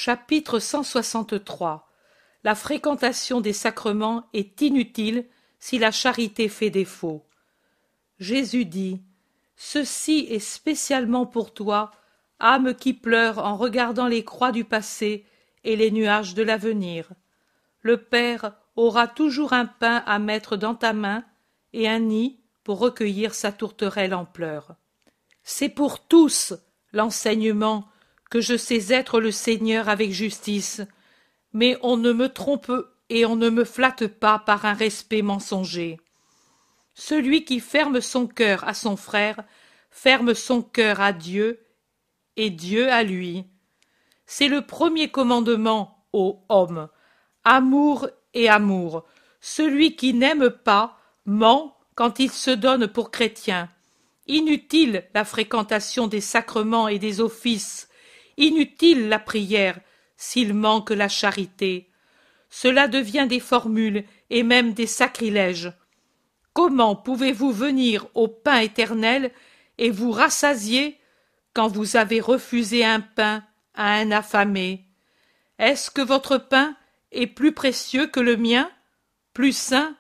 Chapitre 163. La fréquentation des sacrements est inutile si la charité fait défaut. Jésus dit : ceci est spécialement pour toi, âme qui pleure en regardant les croix du passé et les nuages de l'avenir. Le Père aura toujours un pain à mettre dans ta main et un nid pour recueillir sa tourterelle en pleurs. C'est pour tous l'enseignement que je sais être le Seigneur avec justice, mais on ne me trompe et on ne me flatte pas par un respect mensonger. Celui qui ferme son cœur à son frère ferme son cœur à Dieu et Dieu à lui. C'est le premier commandement, ô homme, amour et amour. Celui qui n'aime pas ment quand il se donne pour chrétien. Inutile la fréquentation des sacrements et des offices, inutile la prière s'il manque la charité. Cela devient des formules et même des sacrilèges. Comment pouvez-vous venir au pain éternel et vous rassasier quand vous avez refusé un pain à un affamé? Est-ce que votre pain est plus précieux que le mien, plus saint?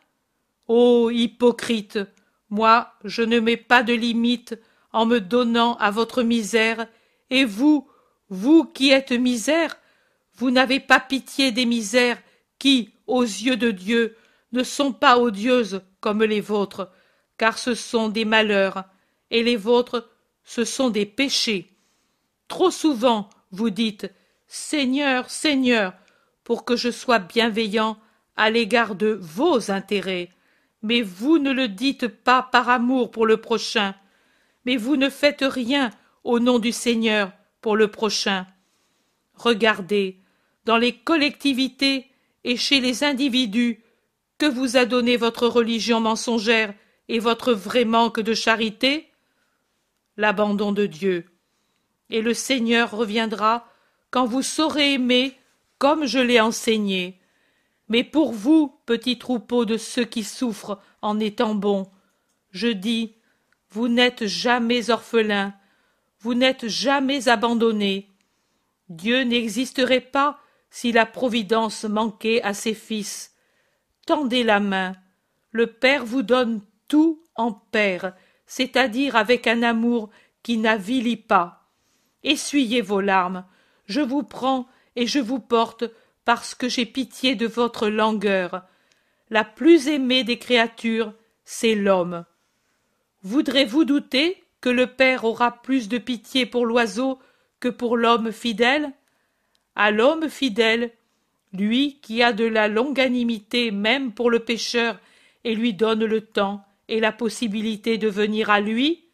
Ô hypocrite, moi je ne mets pas de limite en me donnant à votre misère, et vous, vous qui êtes misère, vous n'avez pas pitié des misères qui, aux yeux de Dieu, ne sont pas odieuses comme les vôtres, car ce sont des malheurs, et les vôtres, ce sont des péchés. Trop souvent, vous dites « Seigneur, Seigneur », pour que je sois bienveillant à l'égard de vos intérêts, mais vous ne le dites pas par amour pour le prochain, mais vous ne faites rien au nom du Seigneur pour le prochain. Regardez, dans les collectivités et chez les individus, que vous a donné votre religion mensongère et votre vrai manque de charité? L'abandon de Dieu. Et le Seigneur reviendra quand vous saurez aimer comme je l'ai enseigné. Mais pour vous, petits troupeaux de ceux qui souffrent en étant bons, je dis, vous n'êtes jamais orphelins, vous n'êtes jamais abandonnés. Dieu n'existerait pas si la providence manquait à ses fils. Tendez la main. Le Père vous donne tout en Père, c'est-à-dire avec un amour qui n'avilit pas. Essuyez vos larmes. Je vous prends et je vous porte parce que j'ai pitié de votre langueur. La plus aimée des créatures, c'est l'homme. Voudrez-vous douter que le Père aura plus de pitié pour l'oiseau que pour l'homme fidèle? À l'homme fidèle, lui qui a de la longanimité même pour le pécheur et lui donne le temps et la possibilité de venir à lui?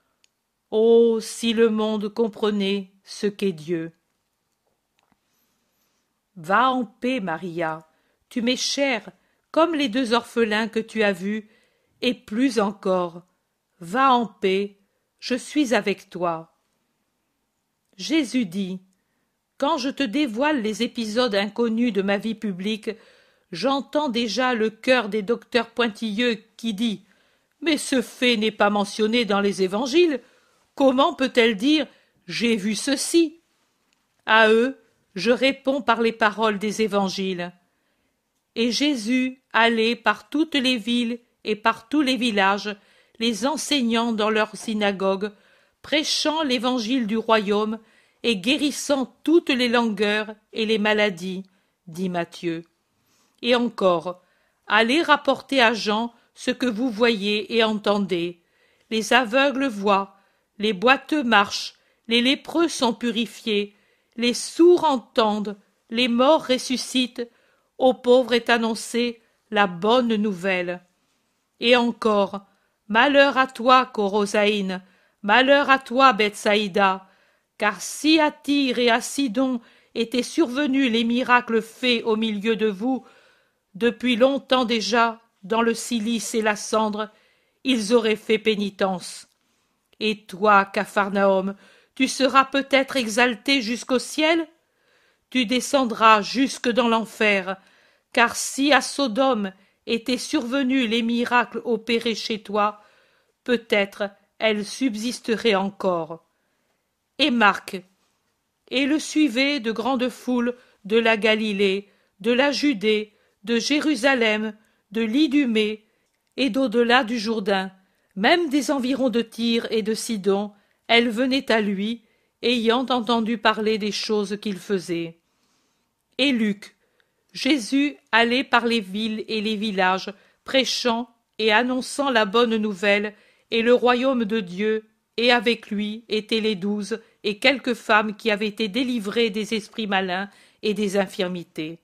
Oh, si le monde comprenait ce qu'est Dieu! Va en paix, Maria, tu m'es chère, comme les deux orphelins que tu as vus, et plus encore. Va en paix, je suis avec toi. Jésus dit : quand je te dévoile les épisodes inconnus de ma vie publique, j'entends déjà le cœur des docteurs pointilleux qui dit : mais ce fait n'est pas mentionné dans les évangiles. Comment peut-elle dire : j'ai vu ceci? À eux, je réponds par les paroles des évangiles. Et Jésus allait par toutes les villes et par tous les villages, les enseignant dans leurs synagogues, prêchant l'évangile du royaume et guérissant toutes les langueurs et les maladies, dit Matthieu. Et encore, allez rapporter à Jean ce que vous voyez et entendez. Les aveugles voient, les boiteux marchent, les lépreux sont purifiés, les sourds entendent, les morts ressuscitent, aux pauvres est annoncée la bonne nouvelle. Et encore, malheur à toi, Corosaïne, malheur à toi, Bethsaïda, car si à Tyr et à Sidon étaient survenus les miracles faits au milieu de vous, depuis longtemps déjà, dans le cilice et la cendre, ils auraient fait pénitence. Et toi, Capharnaüm, tu seras peut-être exalté jusqu'au ciel? Tu descendras jusque dans l'enfer, car si à Sodome étaient survenus les miracles opérés chez toi, peut-être elle subsisterait encore. Et Marc, et le suivaient de grandes foules de la Galilée, de la Judée, de Jérusalem, de l'Idumée et d'au-delà du Jourdain, même des environs de Tyr et de Sidon. Elles venaient à lui, ayant entendu parler des choses qu'il faisait. Et Luc, Jésus allait par les villes et les villages, prêchant et annonçant la bonne nouvelle et le royaume de Dieu, et avec lui étaient les 12 et quelques femmes qui avaient été délivrées des esprits malins et des infirmités.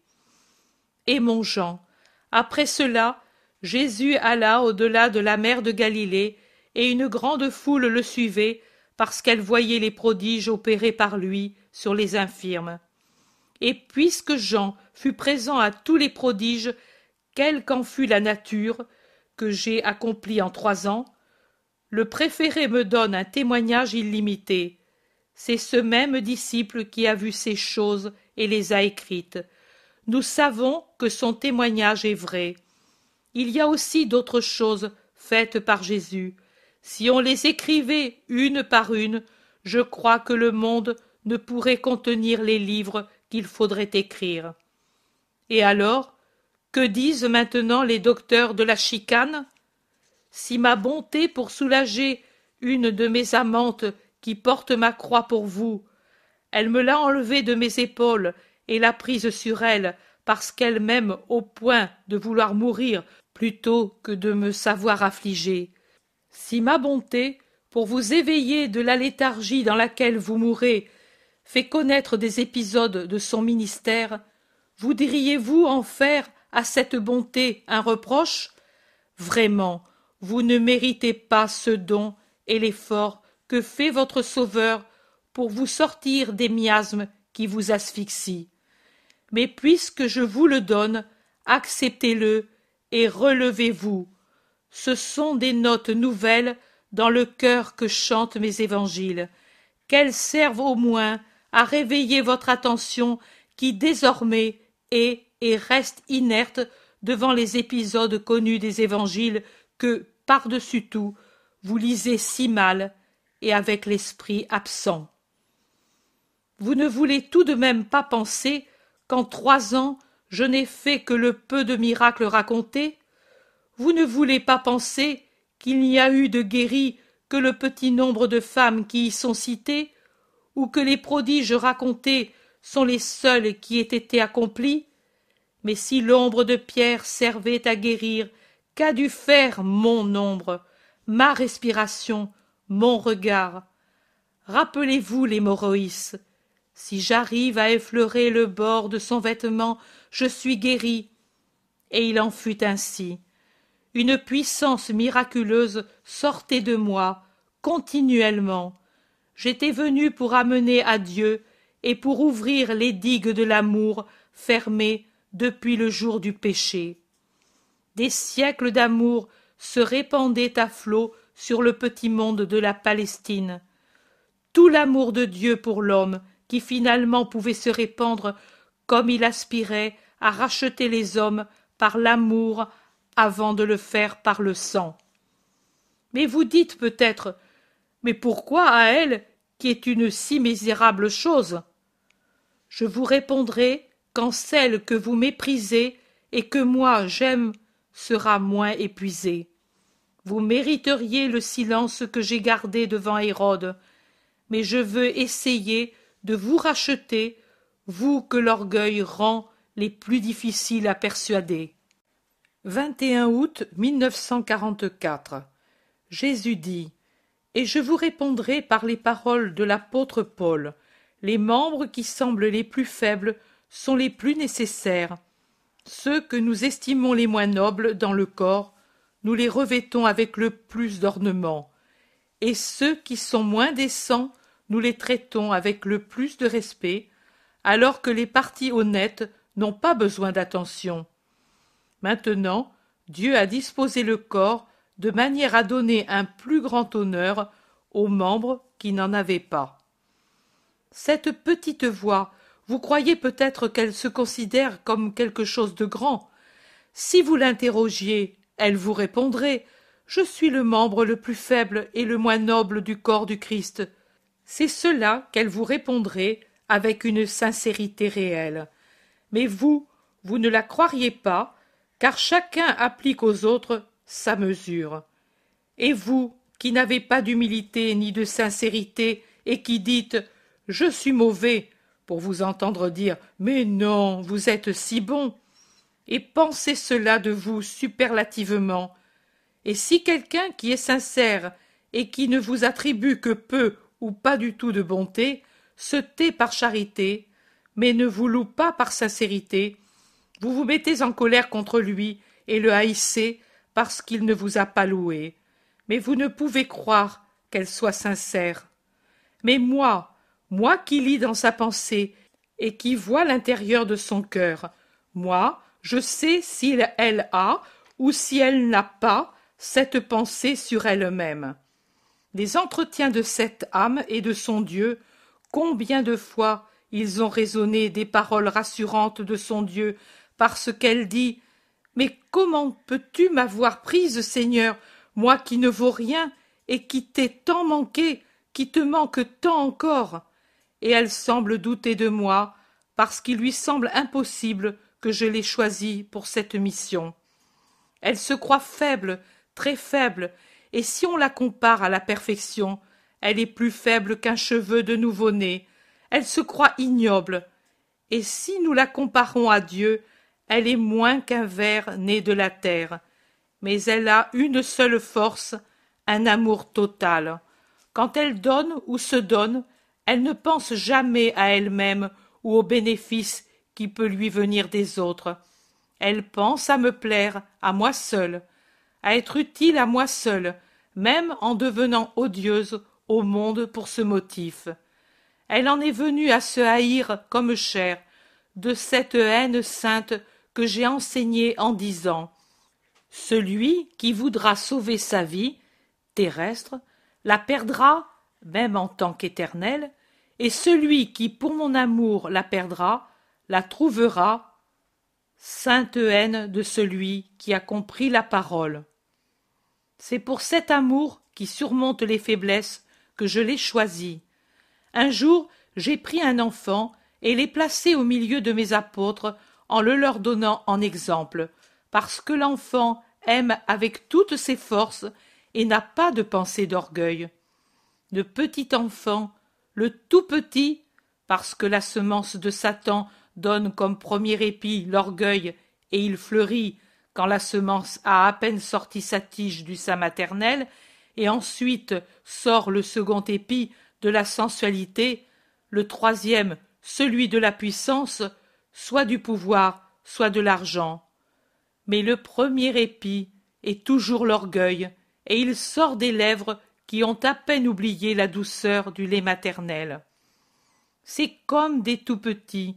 Et mon Jean, après cela, Jésus alla au-delà de la mer de Galilée, et une grande foule le suivait, parce qu'elle voyait les prodiges opérés par lui sur les infirmes. Et puisque Jean fut présent à tous les prodiges, quelle qu'en fût la nature, que j'ai accomplis en 3 ans, le préféré me donne un témoignage illimité. C'est ce même disciple qui a vu ces choses et les a écrites. Nous savons que son témoignage est vrai. Il y a aussi d'autres choses faites par Jésus. Si on les écrivait une par une, je crois que le monde ne pourrait contenir les livres qu'il faudrait écrire. Et alors, que disent maintenant les docteurs de la chicane? Si ma bonté pour soulager une de mes amantes qui porte ma croix pour vous, elle me l'a enlevée de mes épaules et l'a prise sur elle, parce qu'elle m'aime au point de vouloir mourir plutôt que de me savoir affligée. Si ma bonté, pour vous éveiller de la léthargie dans laquelle vous mourrez, fait connaître des épisodes de son ministère, voudriez-vous en faire à cette bonté un reproche? Vraiment, vous ne méritez pas ce don et l'effort que fait votre Sauveur pour vous sortir des miasmes qui vous asphyxient. Mais puisque je vous le donne, acceptez-le et relevez-vous. Ce sont des notes nouvelles dans le cœur que chantent mes évangiles, qu'elles servent au moins à réveiller votre attention qui désormais est et reste inerte devant les épisodes connus des évangiles que, par-dessus tout, vous lisez si mal et avec l'esprit absent. Vous ne voulez tout de même pas penser qu'en 3 ans je n'ai fait que le peu de miracles racontés? Vous ne voulez pas penser qu'il n'y a eu de guéris que le petit nombre de femmes qui y sont citées, ou que les prodiges racontés sont les seuls qui aient été accomplis? Mais si l'ombre de Pierre servait à guérir, qu'a dû faire mon ombre, ma respiration, mon regard? Rappelez-vous l'hémorroïs. Si j'arrive à effleurer le bord de son vêtement, je suis guéri. Et il en fut ainsi. Une puissance miraculeuse sortait de moi, continuellement. J'étais venu pour amener à Dieu et pour ouvrir les digues de l'amour fermées depuis le jour du péché. Des siècles d'amour se répandaient à flots sur le petit monde de la Palestine. Tout l'amour de Dieu pour l'homme qui finalement pouvait se répandre comme il aspirait à racheter les hommes par l'amour avant de le faire par le sang. Mais vous dites peut-être, mais pourquoi à elle qui est une si misérable chose? Je vous répondrai quand celle que vous méprisez et que moi j'aime sera moins épuisée. Vous mériteriez le silence que j'ai gardé devant Hérode, mais je veux essayer de vous racheter, vous que l'orgueil rend les plus difficiles à persuader. 21 août 1944. Jésus dit: et je vous répondrai par les paroles de l'apôtre Paul. Les membres qui semblent les plus faibles sont les plus nécessaires. Ceux que nous estimons les moins nobles dans le corps, nous les revêtons avec le plus d'ornements. Et ceux qui sont moins décents, nous les traitons avec le plus de respect, alors que les parties honnêtes n'ont pas besoin d'attention. Maintenant, Dieu a disposé le corps de manière à donner un plus grand honneur aux membres qui n'en avaient pas. Cette petite voix, vous croyez peut-être qu'elle se considère comme quelque chose de grand. Si vous l'interrogiez, elle vous répondrait: je suis le membre le plus faible et le moins noble du corps du Christ. C'est cela qu'elle vous répondrait avec une sincérité réelle. Mais vous, vous ne la croiriez pas, car chacun applique aux autres sa mesure. Et vous, qui n'avez pas d'humilité ni de sincérité, et qui dites « Je suis mauvais », pour vous entendre dire « Mais non, vous êtes si bon », et pensez cela de vous superlativement. Et si quelqu'un qui est sincère et qui ne vous attribue que peu ou pas du tout de bonté, se tait par charité, mais ne vous loue pas par sincérité, vous vous mettez en colère contre lui et le haïssez parce qu'il ne vous a pas loué. Mais vous ne pouvez croire qu'elle soit sincère. Mais moi qui lis dans sa pensée et qui vois l'intérieur de son cœur, moi, je sais si elle a ou si elle n'a pas cette pensée sur elle-même. Les entretiens de cette âme et de son Dieu, combien de fois ils ont résonné des paroles rassurantes de son Dieu, parce qu'elle dit « Mais comment peux-tu m'avoir prise, Seigneur, moi qui ne vaux rien, et qui t'ai tant manqué, qui te manque tant encore ?» Et elle semble douter de moi, parce qu'il lui semble impossible que je l'ai choisie pour cette mission. Elle se croit faible, très faible, et si on la compare à la perfection, elle est plus faible qu'un cheveu de nouveau-né. Elle se croit ignoble, et si nous la comparons à Dieu, elle est moins qu'un ver né de la terre. Mais elle a une seule force, un amour total. Quand elle donne ou se donne, elle ne pense jamais à elle-même ou aux bénéfices qui peut lui venir des autres. Elle pense à me plaire, à moi seule, à être utile à moi seule, même en devenant odieuse au monde pour ce motif. Elle en est venue à se haïr comme chair, de cette haine sainte que j'ai enseignée en disant « Celui qui voudra sauver sa vie, terrestre, la perdra, même en tant qu'éternelle, et celui qui, pour mon amour, la perdra, la trouvera. » Sainte haine de celui qui a compris la parole. C'est pour cet amour qui surmonte les faiblesses que je l'ai choisi. Un jour, j'ai pris un enfant et l'ai placé au milieu de mes apôtres en le leur donnant en exemple, parce que l'enfant aime avec toutes ses forces et n'a pas de pensée d'orgueil. Le petit enfant, le tout petit, parce que la semence de Satan donne comme premier épi l'orgueil et il fleurit quand la semence a à peine sorti sa tige du sein maternel, et ensuite sort le second épi de la sensualité, le troisième, celui de la puissance, soit du pouvoir, soit de l'argent. Mais le premier épi est toujours l'orgueil, et il sort des lèvres qui ont à peine oublié la douceur du lait maternel. C'est comme des tout-petits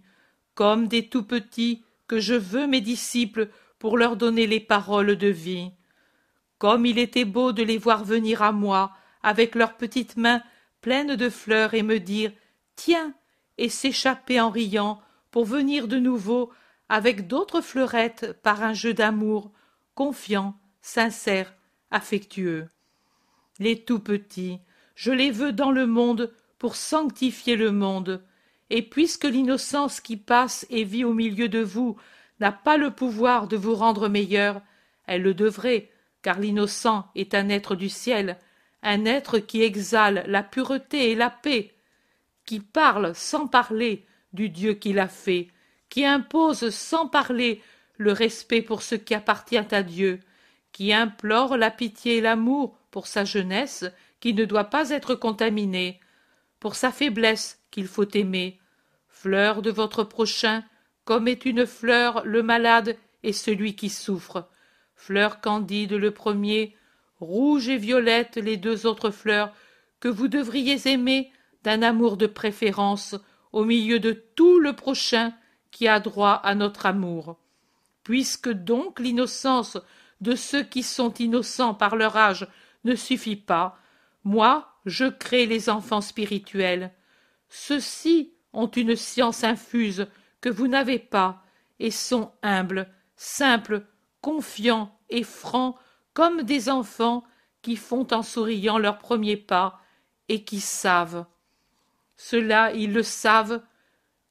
que je veux mes disciples pour leur donner les paroles de vie. Comme il était beau de les voir venir à moi avec leurs petites mains pleines de fleurs et me dire « Tiens !» et s'échapper en riant pour venir de nouveau avec d'autres fleurettes par un jeu d'amour, confiant, sincère, affectueux. Les tout-petits, je les veux dans le monde pour sanctifier le monde, et puisque l'innocence qui passe et vit au milieu de vous n'a pas le pouvoir de vous rendre meilleur, elle le devrait, car l'innocent est un être du ciel, un être qui exhale la pureté et la paix, qui parle sans parler du Dieu qui l'a fait, qui impose sans parler le respect pour ce qui appartient à Dieu, qui implore la pitié et l'amour pour sa jeunesse qui ne doit pas être contaminée, pour sa faiblesse qu'il faut aimer. Fleur de votre prochain, comme est une fleur le malade et celui qui souffre. Fleur candide le premier, rouge et violette les deux autres fleurs que vous devriez aimer d'un amour de préférence au milieu de tout le prochain qui a droit à notre amour. Puisque donc l'innocence de ceux qui sont innocents par leur âge ne suffit pas, moi je crée les enfants spirituels. Ceux-ci ont une science infuse que vous n'avez pas, et sont humbles, simples, confiants et francs comme des enfants qui font en souriant leurs premiers pas et qui savent. Cela ils le savent,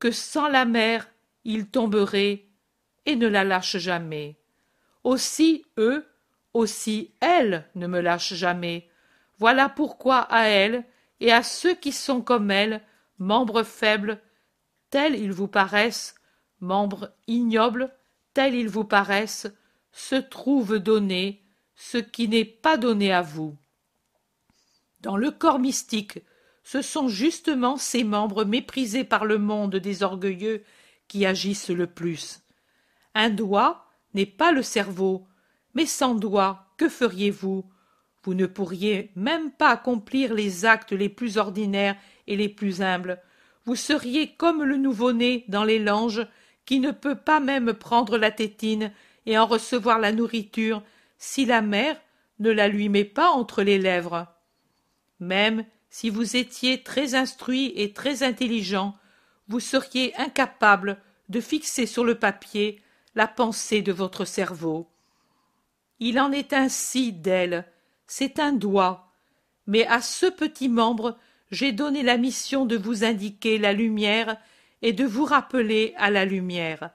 que sans la mère, il tomberait et ne la lâche jamais. Aussi eux, aussi elle ne me lâche jamais. Voilà pourquoi à elle et à ceux qui sont comme elle, membres faibles, tels ils vous paraissent, membres ignobles, tels ils vous paraissent, se trouve donné ce qui n'est pas donné à vous. Dans le corps mystique, ce sont justement ces membres méprisés par le monde des orgueilleux qui agissent le plus. Un doigt n'est pas le cerveau, mais sans doigt, que feriez-vous? Vous ne pourriez même pas accomplir les actes les plus ordinaires et les plus humbles. Vous seriez comme le nouveau-né dans les langes qui ne peut pas même prendre la tétine et en recevoir la nourriture si la mère ne la lui met pas entre les lèvres. Même si vous étiez très instruit et très intelligent, vous seriez incapable de fixer sur le papier la pensée de votre cerveau. Il en est ainsi d'elle, c'est un doigt, mais à ce petit membre j'ai donné la mission de vous indiquer la lumière et de vous rappeler à la lumière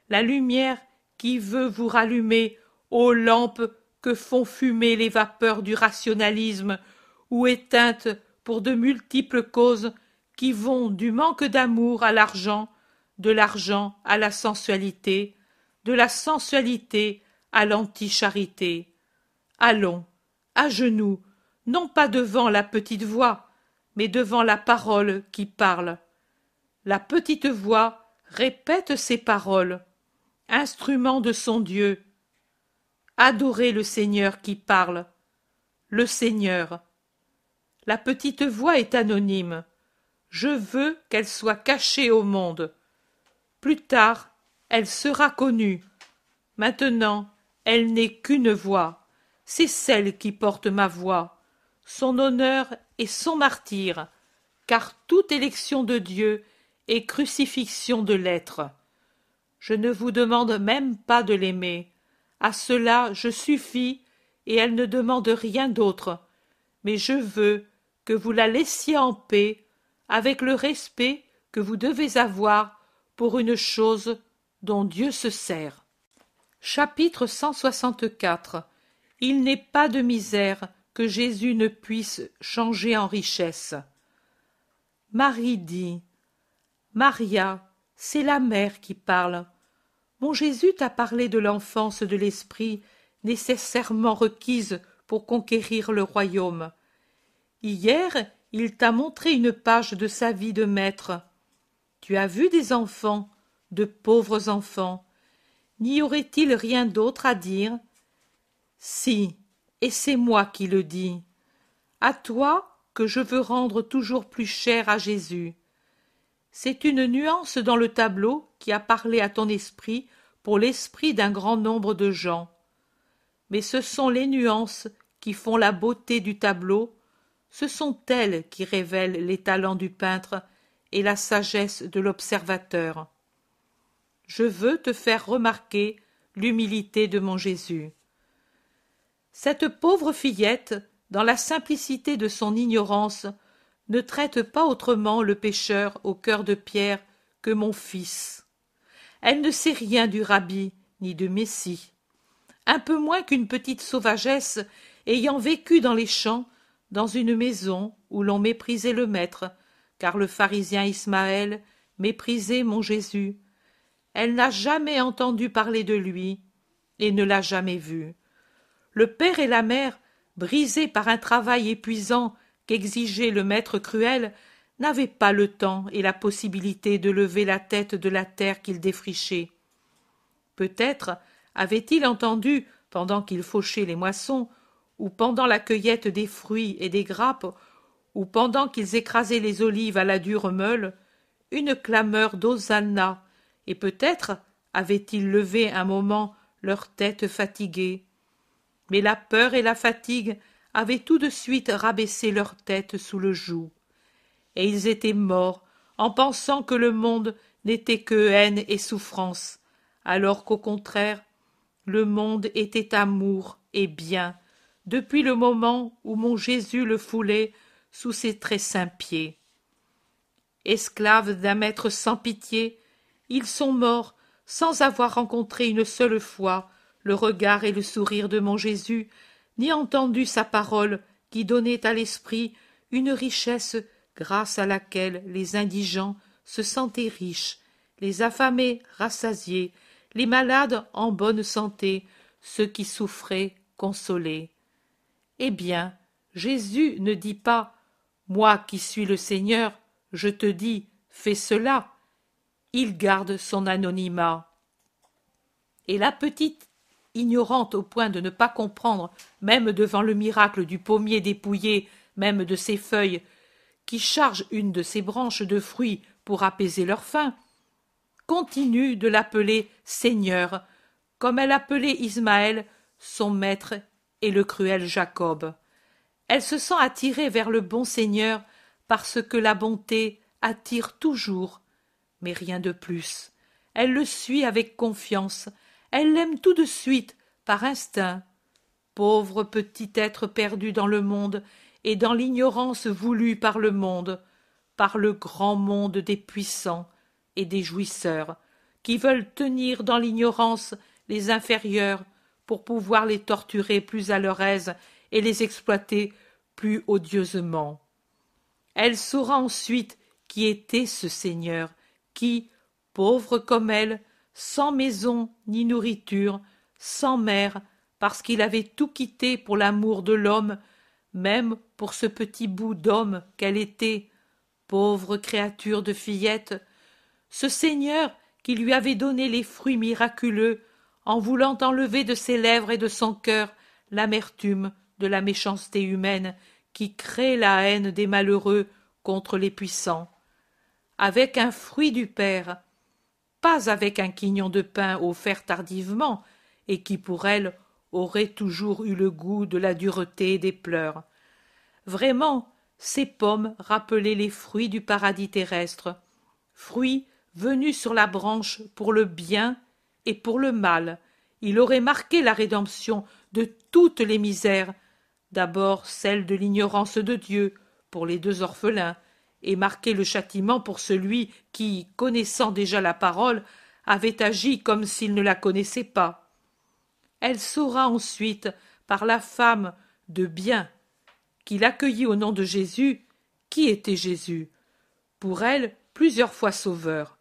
qui veut vous rallumer aux lampes que font fumer les vapeurs du rationalisme ou éteintes pour de multiples causes qui vont du manque d'amour à l'argent, de l'argent à la sensualité, de la sensualité à l'anti-charité. Allons, à genoux, non pas devant la petite voix, mais devant la parole qui parle. La petite voix répète ces paroles, instrument de son Dieu. Adorez le Seigneur qui parle, le Seigneur. La petite voix est anonyme. Je veux qu'elle soit cachée au monde. Plus tard, elle sera connue. Maintenant, elle n'est qu'une voix. C'est celle qui porte ma voix, son honneur et son martyre, car toute élection de Dieu est crucifixion de l'être. Je ne vous demande même pas de l'aimer. À cela je suffis, et elle ne demande rien d'autre. Mais je veux que vous la laissiez en paix, avec le respect que vous devez avoir pour une chose dont Dieu se sert. Chapitre 164. Il n'est pas de misère que Jésus ne puisse changer en richesse. Marie dit: Maria, c'est la mère qui parle. Mon Jésus t'a parlé de l'enfance de l'esprit nécessairement requise pour conquérir le royaume. Hier, il t'a montré une page de sa vie de maître. Tu as vu des enfants, de pauvres enfants. N'y aurait-il rien d'autre à dire? Si, et c'est moi qui le dis. À toi que je veux rendre toujours plus cher à Jésus. C'est une nuance dans le tableau qui a parlé à ton esprit pour l'esprit d'un grand nombre de gens. Mais ce sont les nuances qui font la beauté du tableau, ce sont elles qui révèlent les talents du peintre et la sagesse de l'observateur. Je veux te faire remarquer l'humilité de mon Jésus. Cette pauvre fillette, dans la simplicité de son ignorance, ne traite pas autrement le pécheur au cœur de pierre que mon fils. Elle ne sait rien du rabbi ni du Messie. Un peu moins qu'une petite sauvagesse ayant vécu dans les champs, dans une maison où l'on méprisait le maître, car le pharisien Ismaël méprisait mon Jésus. Elle n'a jamais entendu parler de lui et ne l'a jamais vu. Le père et la mère, brisés par un travail épuisant qu'exigeait le maître cruel, n'avaient pas le temps et la possibilité de lever la tête de la terre qu'ils défrichaient. Peut-être avait-il entendu, pendant qu'ils fauchaient les moissons, ou pendant la cueillette des fruits et des grappes, ou pendant qu'ils écrasaient les olives à la dure meule, une clameur d'Hosanna, et peut-être avaient-ils levé un moment leur tête fatiguée. Mais la peur et la fatigue avaient tout de suite rabaissé leur tête sous le joug. Et ils étaient morts en pensant que le monde n'était que haine et souffrance, alors qu'au contraire, le monde était amour et bien, depuis le moment où mon Jésus le foulait sous ses très saints pieds. Esclaves d'un maître sans pitié, ils sont morts sans avoir rencontré une seule fois le regard et le sourire de mon Jésus, ni entendu sa parole qui donnait à l'esprit une richesse grâce à laquelle les indigents se sentaient riches, les affamés rassasiés, les malades en bonne santé, ceux qui souffraient consolés. Eh bien, Jésus ne dit pas « Moi qui suis le Seigneur, je te dis, fais cela ». Il garde son anonymat. Et la petite, ignorante au point de ne pas comprendre, même devant le miracle du pommier dépouillé, même de ses feuilles, qui charge une de ses branches de fruits pour apaiser leur faim, continue de l'appeler Seigneur, comme elle appelait Ismaël, son maître, et le cruel Jacob. Elle se sent attirée vers le bon Seigneur parce que la bonté attire toujours, mais rien de plus. Elle le suit avec confiance, elle l'aime tout de suite, par instinct. Pauvre petit être perdu dans le monde et dans l'ignorance voulue par le monde, par le grand monde des puissants et des jouisseurs, qui veulent tenir dans l'ignorance les inférieurs pour pouvoir les torturer plus à leur aise et les exploiter plus odieusement. Elle saura ensuite qui était ce Seigneur, qui, pauvre comme elle, sans maison ni nourriture, sans mère, parce qu'il avait tout quitté pour l'amour de l'homme, même pour ce petit bout d'homme qu'elle était, pauvre créature de fillette, ce Seigneur qui lui avait donné les fruits miraculeux, en voulant enlever de ses lèvres et de son cœur l'amertume de la méchanceté humaine qui crée la haine des malheureux contre les puissants. Avec un fruit du Père, pas avec un quignon de pain offert tardivement, et qui pour elle aurait toujours eu le goût de la dureté des pleurs. Vraiment, ces pommes rappelaient les fruits du paradis terrestre, fruits venus sur la branche pour le bien et pour le mal. Il aurait marqué la rédemption de toutes les misères, d'abord celle de l'ignorance de Dieu pour les deux orphelins, et marqué le châtiment pour celui qui, connaissant déjà la parole, avait agi comme s'il ne la connaissait pas. Elle saura ensuite, par la femme de bien qui l'accueillit au nom de Jésus, qui était Jésus, pour elle plusieurs fois sauveur.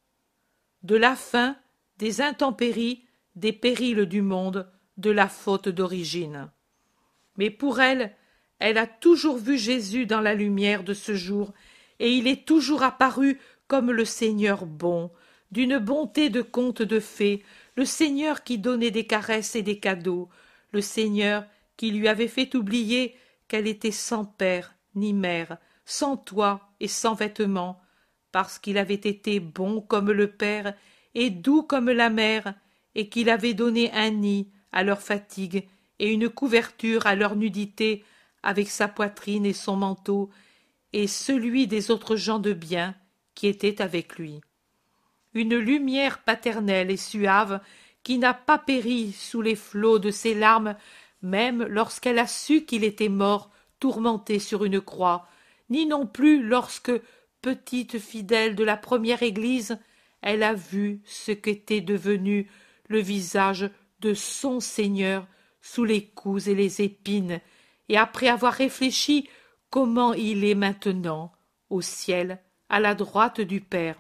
De la faim, des intempéries, des périls du monde, de la faute d'origine. Mais pour elle, elle a toujours vu Jésus dans la lumière de ce jour, et il est toujours apparu comme le Seigneur bon, d'une bonté de conte de fées, le Seigneur qui donnait des caresses et des cadeaux, le Seigneur qui lui avait fait oublier qu'elle était sans père ni mère, sans toit et sans vêtements, parce qu'il avait été bon comme le père et doux comme la mère, et qu'il avait donné un nid à leur fatigue et une couverture à leur nudité avec sa poitrine et son manteau, et celui des autres gens de bien qui étaient avec lui. Une lumière paternelle et suave qui n'a pas péri sous les flots de ses larmes, même lorsqu'elle a su qu'il était mort, tourmenté sur une croix, ni non plus lorsque, petite fidèle de la première Église, elle a vu ce qu'était devenu le visage de son Seigneur sous les coups et les épines, et après avoir réfléchi comment il est maintenant, au ciel, à la droite du Père.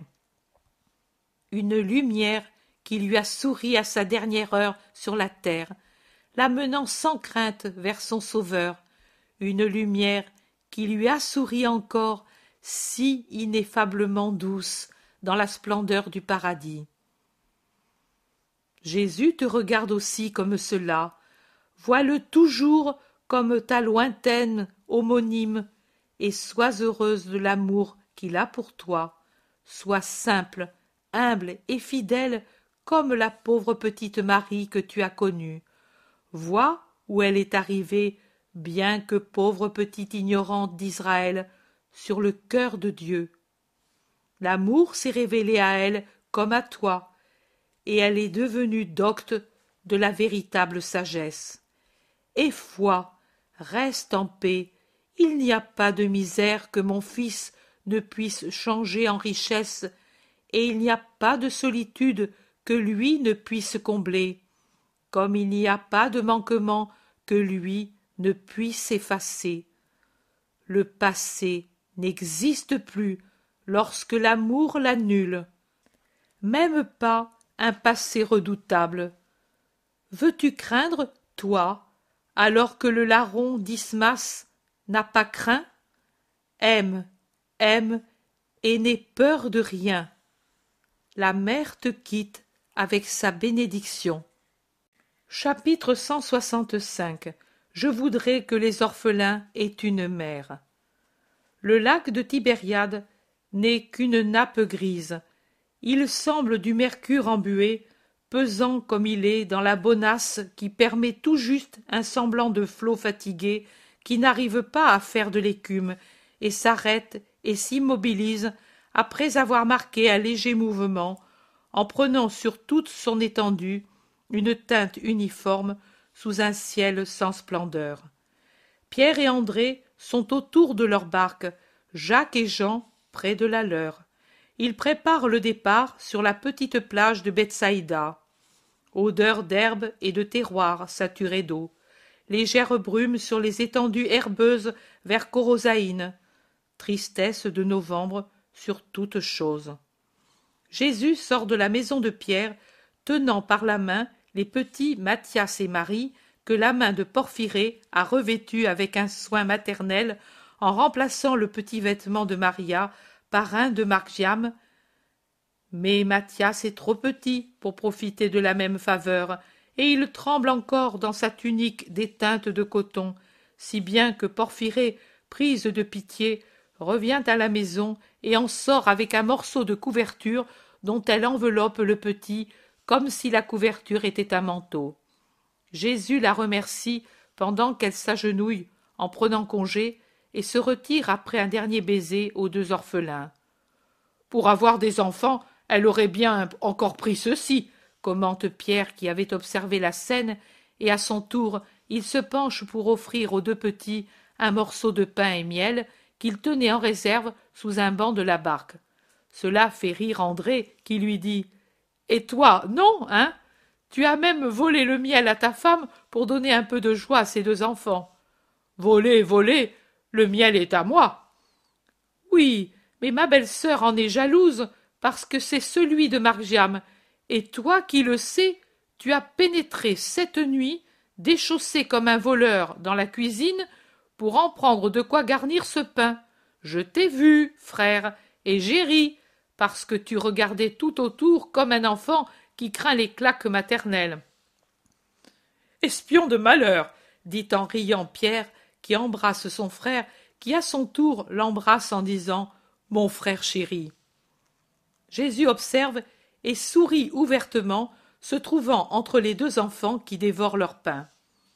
Une lumière qui lui a souri à sa dernière heure sur la terre, l'amenant sans crainte vers son Sauveur, une lumière qui lui a souri encore si ineffablement douce dans la splendeur du paradis. Jésus te regarde aussi comme cela, vois-le toujours comme ta lointaine homonyme, et sois heureuse de l'amour qu'il a pour toi, sois simple, humble et fidèle comme la pauvre petite Marie que tu as connue. Vois où elle est arrivée, bien que pauvre petite ignorante d'Israël, sur le cœur de Dieu. L'amour s'est révélé à elle comme à toi, et elle est devenue docte de la véritable sagesse. Aie foi, reste en paix, il n'y a pas de misère que mon fils ne puisse changer en richesse, et il n'y a pas de solitude que lui ne puisse combler, comme il n'y a pas de manquement que lui ne puisse effacer. Le passé n'existe plus lorsque l'amour l'annule, même pas un passé redoutable. Veux-tu craindre, toi, alors que le larron d'Ismas n'a pas craint? Aime, aime, et n'aie peur de rien. La mère te quitte avec sa bénédiction. Chapitre 165. Je voudrais que les orphelins aient une mère. Le lac de Tibériade n'est qu'une nappe grise. Il semble du mercure embué, pesant comme il est dans la bonasse qui permet tout juste un semblant de flot fatigué qui n'arrive pas à faire de l'écume et s'arrête et s'immobilise après avoir marqué un léger mouvement, en prenant sur toute son étendue une teinte uniforme sous un ciel sans splendeur. Pierre et André sont autour de leur barque, Jacques et Jean près de la leur. Ils préparent le départ sur la petite plage de Bethsaïda. Odeur d'herbe et de terroir saturé d'eau. Légère brume sur les étendues herbeuses vers Corosaïne. Tristesse de novembre sur toute chose. Jésus sort de la maison de Pierre, tenant par la main les petits Matthias et Marie que la main de Porphyrée a revêtus avec un soin maternel en remplaçant le petit vêtement de Maria par un de Margiam. Mais Matthias est trop petit pour profiter de la même faveur, et il tremble encore dans sa tunique déteinte de coton, si bien que Porphyrée, prise de pitié, revient à la maison et en sort avec un morceau de couverture dont elle enveloppe le petit, comme si la couverture était un manteau. Jésus la remercie pendant qu'elle s'agenouille en prenant congé et se retire après un dernier baiser aux deux orphelins. « Pour avoir des enfants, elle aurait bien encore pris ceux-ci, » commente Pierre qui avait observé la scène, et à son tour il se penche pour offrir aux deux petits un morceau de pain et miel qu'il tenait en réserve sous un banc de la barque. Cela fait rire André qui lui dit « Et toi, non, hein? Tu as même volé le miel à ta femme pour donner un peu de joie à ses deux enfants. »« Volé, volé, le miel est à moi. »« Oui, mais ma belle-sœur en est jalouse parce que c'est celui de Margiam, et toi qui le sais, tu as pénétré cette nuit, déchaussé comme un voleur dans la cuisine, pour en prendre de quoi garnir ce pain. Je t'ai vu, frère, et j'ai ri, parce que tu regardais tout autour comme un enfant qui craint les claques maternelles. »« Espion de malheur !» dit en riant Pierre, qui embrasse son frère, qui à son tour l'embrasse en disant « Mon frère chéri !» Jésus observe et sourit ouvertement, se trouvant entre les deux enfants qui dévorent leur pain.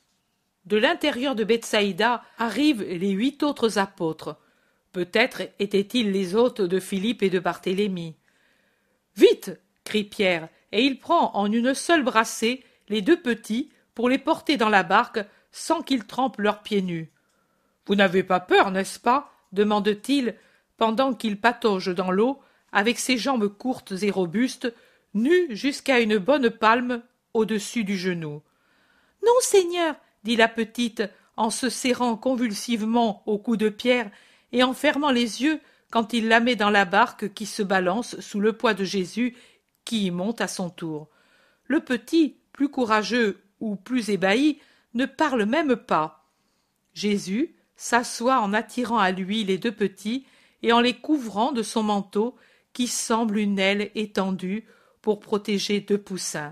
De l'intérieur de Bethsaïda arrivent les 8 autres apôtres. Peut-être étaient-ils les hôtes de Philippe et de Barthélemy. « Vite !» crie Pierre, et il prend en une seule brassée les deux petits pour les porter dans la barque sans qu'ils trempent leurs pieds nus. « Vous n'avez pas peur, n'est-ce pas ?» demande-t-il, pendant qu'il patauge dans l'eau, avec ses jambes courtes et robustes, nues jusqu'à une bonne palme au-dessus du genou. « Non, Seigneur !» dit la petite, en se serrant convulsivement au cou de Pierre et en fermant les yeux quand il la met dans la barque qui se balance sous le poids de Jésus qui y monte à son tour. Le petit, plus courageux ou plus ébahi, ne parle même pas. Jésus s'assoit en attirant à lui les deux petits et en les couvrant de son manteau qui semble une aile étendue pour protéger 2 poussins.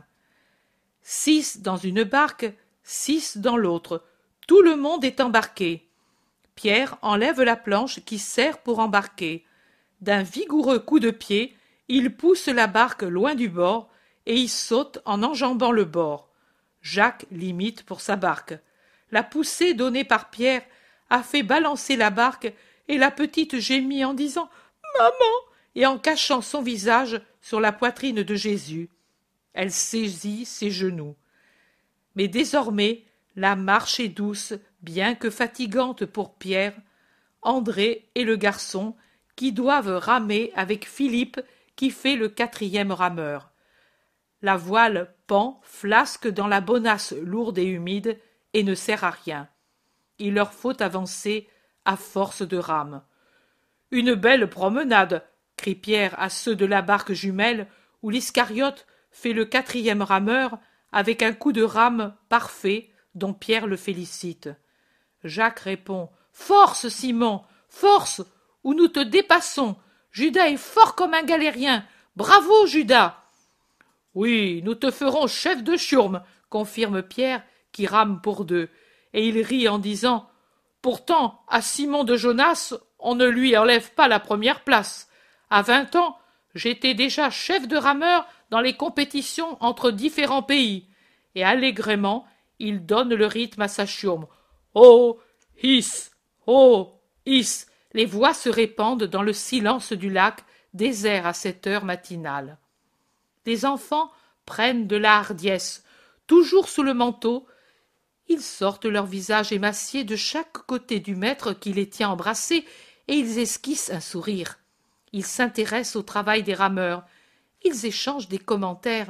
6 dans une barque, 6 dans l'autre. Tout le monde est embarqué. Pierre enlève la planche qui sert pour embarquer. D'un vigoureux coup de pied, il pousse la barque loin du bord et y saute en enjambant le bord. Jacques l'imite pour sa barque. La poussée donnée par Pierre a fait balancer la barque et la petite gémit en disant « Maman !» et en cachant son visage sur la poitrine de Jésus. Elle saisit ses genoux. Mais désormais, la marche est douce, bien que fatigante pour Pierre, André et le garçon, qui doivent ramer avec Philippe qui fait le 4e rameur. La voile pend, flasque dans la bonasse lourde et humide, et ne sert à rien. Il leur faut avancer à force de rames. « Une belle promenade !» crie Pierre à ceux de la barque jumelle où l'Iscariote fait le 4e rameur avec un coup de rame parfait dont Pierre le félicite. Jacques répond « Force, Simon, force, ou nous te dépassons. Judas est fort comme un galérien. Bravo, Judas !» « Oui, nous te ferons chef de chiourme, » confirme Pierre, qui rame pour deux, et il rit en disant « Pourtant, à Simon de Jonas, on ne lui enlève pas la première place. À 20 ans, j'étais déjà chef de rameur dans les compétitions entre différents pays. » Et allègrement, il donne le rythme à sa chiourme. « Oh, hisse, oh, hisse !» Les voix se répandent dans le silence du lac, désert à cette heure matinale. Les enfants prennent de la hardiesse, toujours sous le manteau. Ils sortent leur visage émacié de chaque côté du maître qui les tient embrassés, et ils esquissent un sourire. Ils s'intéressent au travail des rameurs. Ils échangent des commentaires.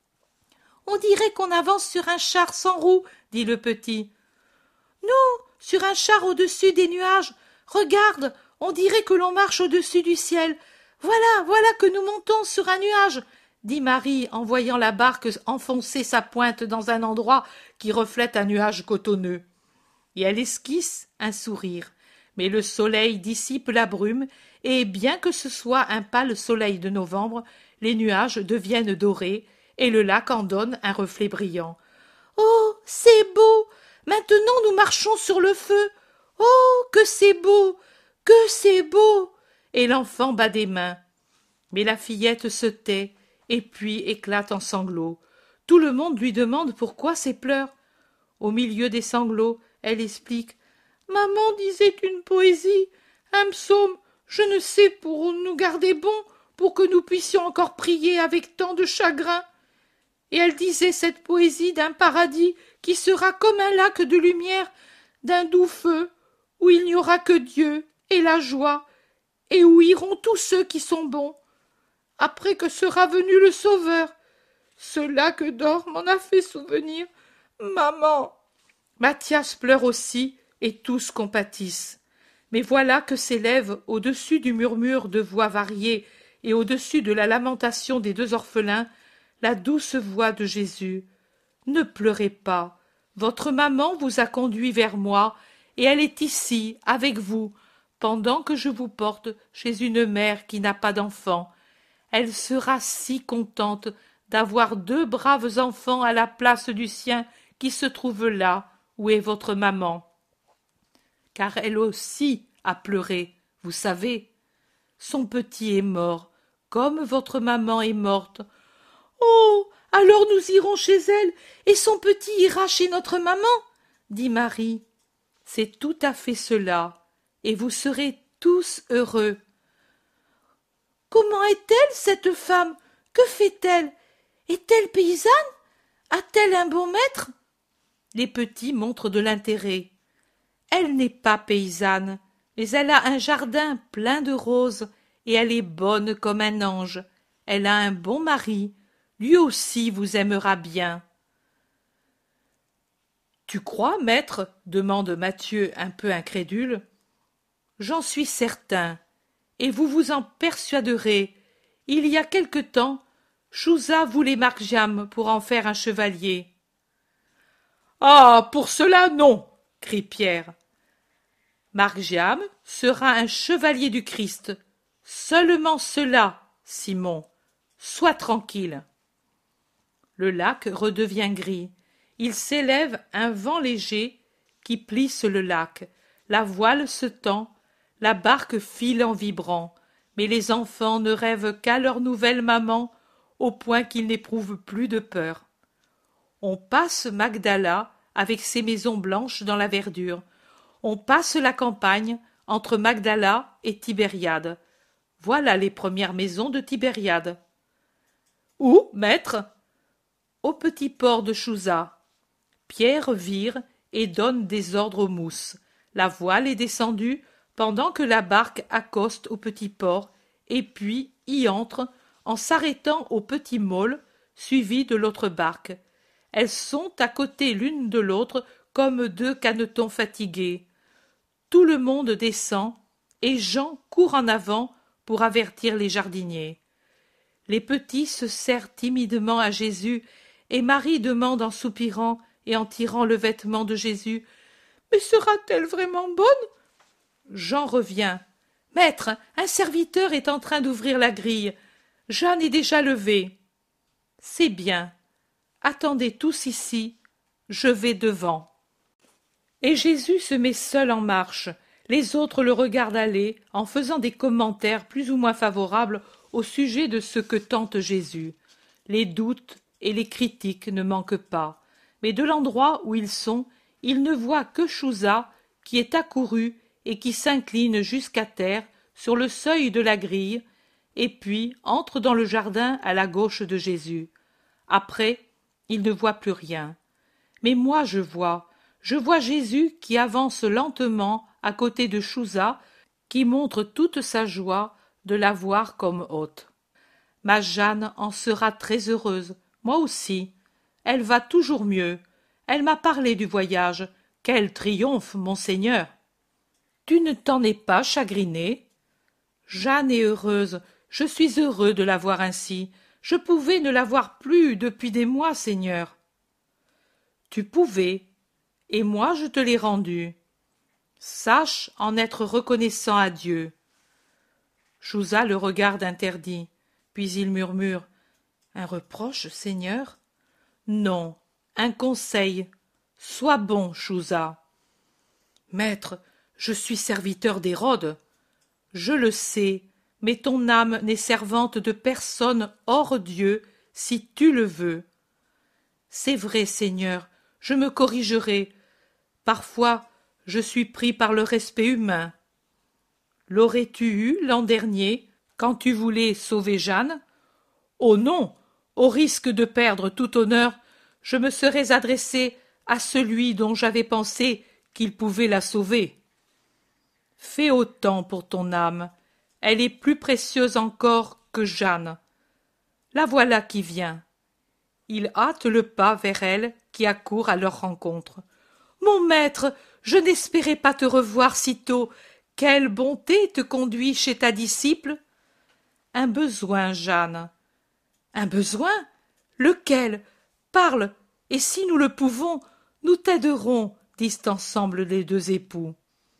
« On dirait qu'on avance sur un char sans roue, » dit le petit. « Non, sur un char au-dessus des nuages. Regarde, on dirait que l'on marche au-dessus du ciel. Voilà, voilà que nous montons sur un nuage, » dit Marie en voyant la barque enfoncer sa pointe dans un endroit qui reflète un nuage cotonneux. Et elle esquisse un sourire. Mais le soleil dissipe la brume, et bien que ce soit un pâle soleil de novembre, les nuages deviennent dorés, et le lac en donne un reflet brillant. « Oh, c'est beau! Maintenant nous marchons sur le feu! Oh, que c'est beau! Que c'est beau !» Et l'enfant bat des mains. Mais la fillette se tait, et puis éclate en sanglots. Tout le monde lui demande pourquoi ces pleurs. Au milieu des sanglots, elle explique. « Maman disait une poésie, un psaume, je ne sais, pour nous garder bons, pour que nous puissions encore prier avec tant de chagrin. Et elle disait cette poésie d'un paradis qui sera comme un lac de lumière, d'un doux feu, où il n'y aura que Dieu et la joie, et où iront tous ceux qui sont bons. Après que sera venu le Sauveur. Ce lac d'or m'en a fait souvenir. Maman !» Mathias pleure aussi, et tous compatissent. Mais voilà que s'élève, au-dessus du murmure de voix variées et au-dessus de la lamentation des deux orphelins, la douce voix de Jésus. « Ne pleurez pas. Votre maman vous a conduit vers moi, et elle est ici, avec vous, pendant que je vous porte chez une mère qui n'a pas d'enfant. Elle sera si contente d'avoir 2 braves enfants à la place du sien qui se trouve là où est votre maman. Car elle aussi a pleuré, vous savez. Son petit est mort, comme votre maman est morte. Oh, alors nous irons chez elle, et son petit ira chez notre maman, dit Marie. C'est tout à fait cela, et vous serez tous heureux. Comment est-elle, cette femme? Que fait-elle? Est-elle paysanne? A-t-elle un bon maître? Les petits montrent de l'intérêt. Elle n'est pas paysanne, mais elle a un jardin plein de roses, et elle est bonne comme un ange. Elle a un bon mari, lui aussi vous aimera bien. « Tu crois, maître ?» demande Mathieu un peu incrédule. « J'en suis certain, et vous vous en persuaderez. Il y a quelque temps, Chouza voulait Margiam pour en faire un chevalier. »« Ah, pour cela, non !» crie Pierre. « Margiam sera un chevalier du Christ. Seulement cela, Simon. Sois tranquille. » Le lac redevient gris. Il s'élève un vent léger qui plisse le lac. La voile se tend, la barque file en vibrant. Mais les enfants ne rêvent qu'à leur nouvelle maman, au point qu'ils n'éprouvent plus de peur. On passe Magdala avec ses maisons blanches dans la verdure. On passe la campagne entre Magdala et Tibériade. Voilà les premières maisons de Tibériade. Où, maître? Au petit port de Chouza. Pierre vire et donne des ordres aux mousses. La voile est descendue, pendant que la barque accoste au petit port, et puis y entre en s'arrêtant au petit môle, suivi de l'autre barque. Elles sont à côté l'une de l'autre comme deux canetons fatigués. Tout le monde descend, et Jean court en avant pour avertir les jardiniers. Les petits se serrent timidement à Jésus, et Marie demande en soupirant et en tirant le vêtement de Jésus: « Mais sera-t-elle vraiment bonne ?» Jean revient. « Maître, un serviteur est en train d'ouvrir la grille. Jeanne est déjà levée. »« C'est bien. Attendez tous ici, je vais devant. » Et Jésus se met seul en marche. Les autres le regardent aller, en faisant des commentaires plus ou moins favorables au sujet de ce que tente Jésus. Les doutes et les critiques ne manquent pas. Mais de l'endroit où ils sont, ils ne voient que Chouza, qui est accouru et qui s'incline jusqu'à terre sur le seuil de la grille, et puis entre dans le jardin à la gauche de Jésus. Après, ils ne voient plus rien. Mais moi je vois Jésus qui avance lentement à côté de Chouza, qui montre toute sa joie de la voir comme hôte. Ma Jeanne en sera très heureuse, moi aussi. Elle va toujours mieux. Elle m'a parlé du voyage. Quel triomphe, monseigneur! Tu ne t'en es pas chagriné? Jeanne est heureuse. Je suis heureux de la voir ainsi. Je pouvais ne la voir plus depuis des mois, Seigneur. Tu pouvais, et moi je te l'ai rendue. Sache en être reconnaissant à Dieu. Chouza le regarde interdit, puis il murmure: Un reproche, Seigneur? Non, un conseil. Sois bon, Chouza. Maître, je suis serviteur d'Hérode. Je le sais, mais ton âme n'est servante de personne hors Dieu, si tu le veux. C'est vrai, Seigneur, je me corrigerai. Parfois, je suis pris par le respect humain. L'aurais-tu eu l'an dernier, quand tu voulais sauver Jeanne? Oh non! Au risque de perdre tout honneur, je me serais adressé à celui dont j'avais pensé qu'il pouvait la sauver. Fais autant pour ton âme. Elle est plus précieuse encore que Jeanne. La voilà qui vient. Il hâte le pas vers elle qui accourt à leur rencontre. Mon maître, je n'espérais pas te revoir si tôt. Quelle bonté te conduit chez ta disciple? Un besoin, Jeanne. Un besoin? Lequel? Parle, et si nous le pouvons, nous t'aiderons, disent ensemble les deux époux.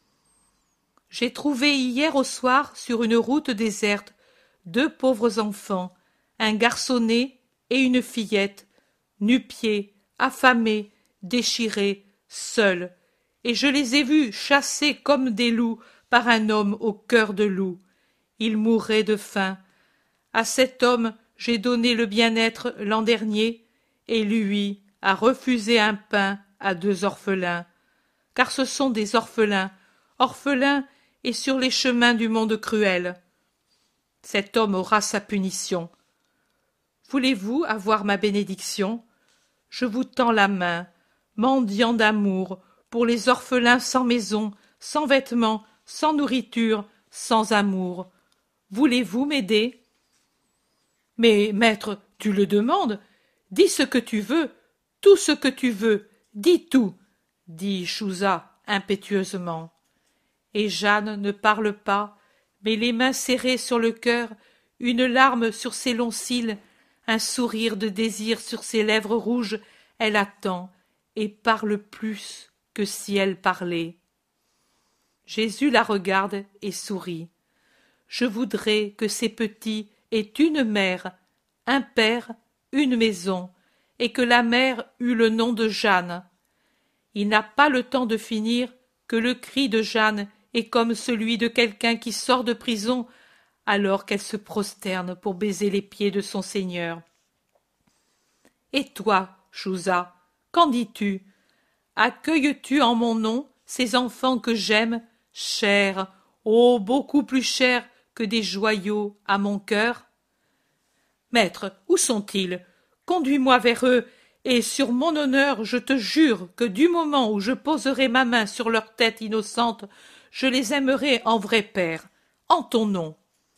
J'ai trouvé hier au soir, sur une route déserte, deux pauvres enfants, un garçonnet et une fillette, nu-pieds, affamés, déchirés, seuls, et je les ai vus chassés comme des loups par un homme au cœur de loup. Ils mourraient de faim. À cet homme j'ai donné le bien-être l'an dernier, et lui a refusé un pain à deux orphelins. Car ce sont des orphelins, orphelins et sur les chemins du monde cruel. Cet homme aura sa punition. Voulez-vous avoir ma bénédiction? Je vous tends la main, mendiant d'amour, pour les orphelins sans maison, sans vêtements, sans nourriture, sans amour. Voulez-vous m'aider? Mais, maître, tu le demandes. Dis ce que tu veux, tout ce que tu veux, dis tout, dit Chouza impétueusement. Et Jeanne ne parle pas, mais les mains serrées sur le cœur, une larme sur ses longs cils, un sourire de désir sur ses lèvres rouges, elle attend et parle plus que si elle parlait. Jésus la regarde et sourit. Je voudrais que ces petits aient une mère, un père, une maison, et que la mère eût le nom de Jeanne. Il n'a pas le temps de finir que le cri de Jeanne est comme celui de quelqu'un qui sort de prison alors qu'elle se prosterne pour baiser les pieds de son Seigneur. Et toi, Chouza, qu'en dis-tu? Accueilles-tu en mon nom ces enfants que j'aime, chers, oh, beaucoup plus chers que des joyaux à mon cœur? Maître, où sont-ils? Conduis-moi vers eux, et sur mon honneur je te jure que du moment où je poserai ma main sur leur tête innocente, je les aimerai en vrai père, en ton nom.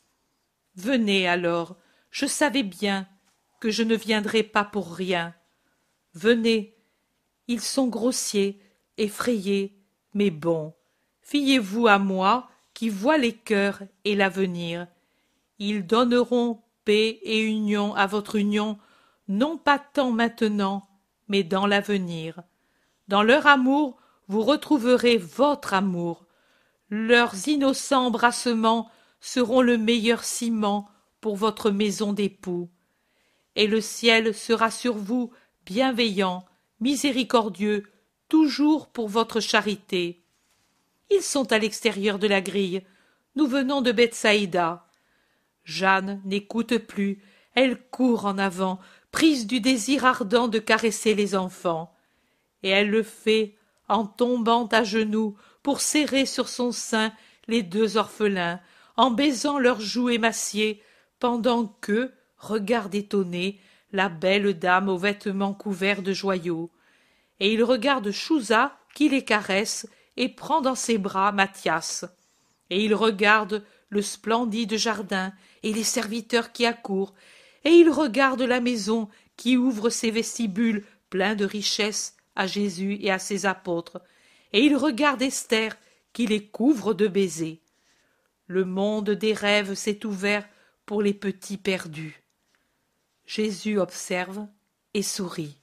Venez alors, je savais bien que je ne viendrais pas pour rien. Venez, ils sont grossiers, effrayés, mais bons. Fiez-vous à moi qui vois les cœurs et l'avenir. Ils donneront paix et union à votre union, non pas tant maintenant, mais dans l'avenir. Dans leur amour, vous retrouverez votre amour. Leurs innocents embrassements seront le meilleur ciment pour votre maison d'époux. Et le ciel sera sur vous bienveillant, miséricordieux, toujours pour votre charité. Ils sont à l'extérieur de la grille. Nous venons de Bethsaïda. Jeanne n'écoute plus, elle court en avant, prise du désir ardent de caresser les enfants. Et elle le fait en tombant à genoux pour serrer sur son sein les deux orphelins, en baisant leurs joues émaciées, pendant que, regarde étonné, la belle dame aux vêtements couverts de joyaux. Et il regarde Chouza qui les caresse et prend dans ses bras Mathias. Et il regarde le splendide jardin et les serviteurs qui accourent, et il regarde la maison qui ouvre ses vestibules pleins de richesses à Jésus et à ses apôtres, et il regarde Esther qui les couvre de baisers. Le monde des rêves s'est ouvert pour les petits perdus. Jésus observe et sourit.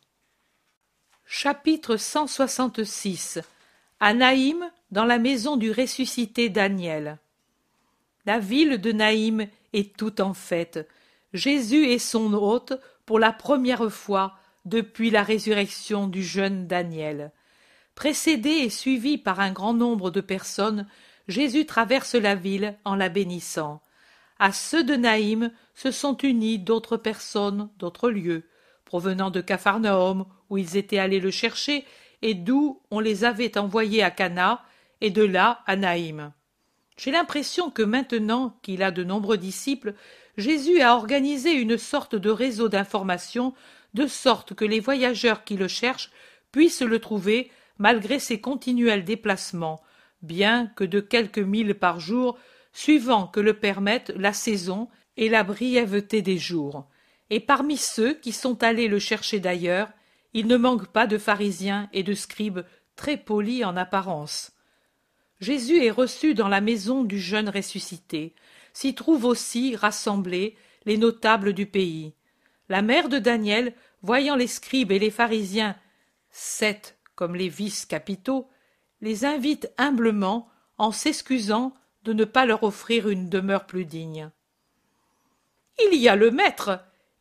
Chapitre 166. À Naïm, dans la maison du ressuscité Daniel. La ville de Naïm est toute en fête. Jésus est son hôte pour la première fois depuis la résurrection du jeune Daniel. Précédé et suivi par un grand nombre de personnes, Jésus traverse la ville en la bénissant. À ceux de Naïm se sont unis d'autres personnes d'autres lieux, provenant de Capharnaüm, où ils étaient allés le chercher, et d'où on les avait envoyés à Cana, et de là à Naïm. J'ai l'impression que maintenant qu'il a de nombreux disciples, Jésus a organisé une sorte de réseau d'information, de sorte que les voyageurs qui le cherchent puissent le trouver malgré ses continuels déplacements, bien que de quelques milles par jour, suivant que le permettent la saison et la brièveté des jours. Et parmi ceux qui sont allés le chercher d'ailleurs, il ne manque pas de pharisiens et de scribes très polis en apparence. Jésus est reçu dans la maison du jeune ressuscité. S'y trouvent aussi rassemblés les notables du pays. La mère de Daniel, voyant les scribes et les pharisiens, 7 comme les vices capitaux, les invite humblement en s'excusant de ne pas leur offrir une demeure plus digne. « Il y a le maître,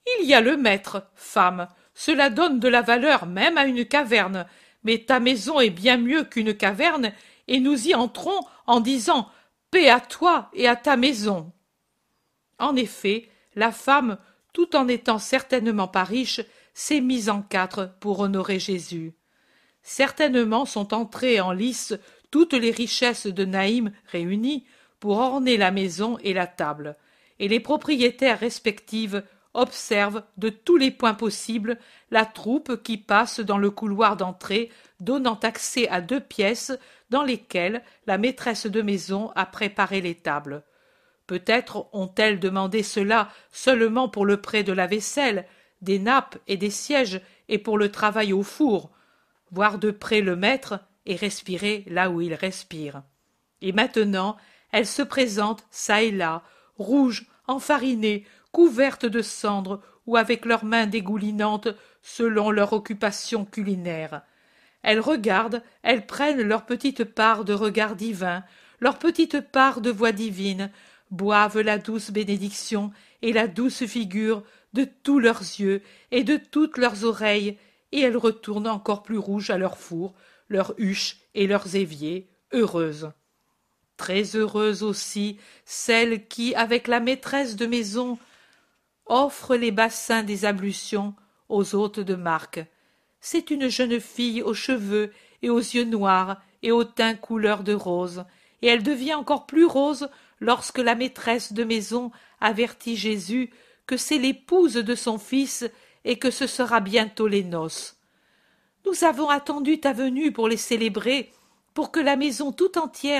femme, cela donne de la valeur même à une caverne, mais ta maison est bien mieux qu'une caverne, et nous y entrons en disant « Paix à toi et à ta maison ». En effet, la femme, tout en n'étant certainement pas riche, s'est mise en quatre pour honorer Jésus. Certainement sont entrées en lice toutes les richesses de Naïm réunies pour orner la maison et la table, et les propriétaires respectives observent de tous les points possibles la troupe qui passe dans le couloir d'entrée donnant accès à 2 pièces dans lesquelles la maîtresse de maison a préparé les tables. Peut-être ont-elles demandé cela seulement pour le prêt de la vaisselle, des nappes et des sièges et pour le travail au four, voir de près le maître et respirer là où il respire. Et maintenant, elles se présentent çà et là, rouges, enfarinées, couvertes de cendres ou avec leurs mains dégoulinantes selon leur occupation culinaire. Elles regardent, elles prennent leur petite part de regard divin, leur petite part de voix divine, boivent la douce bénédiction et la douce figure de tous leurs yeux et de toutes leurs oreilles, et elles retournent encore plus rouges à leur four, leurs huches et leurs éviers, heureuses. Très heureuses aussi celles qui, avec la maîtresse de maison, offrent les bassins des ablutions aux hôtes de marque. C'est une jeune fille aux cheveux et aux yeux noirs et au teint couleur de rose, et elle devient encore plus rose lorsque la maîtresse de maison avertit Jésus que c'est l'épouse de son fils et que ce sera bientôt les noces. Nous avons attendu ta venue pour les célébrer, pour que la maison tout entière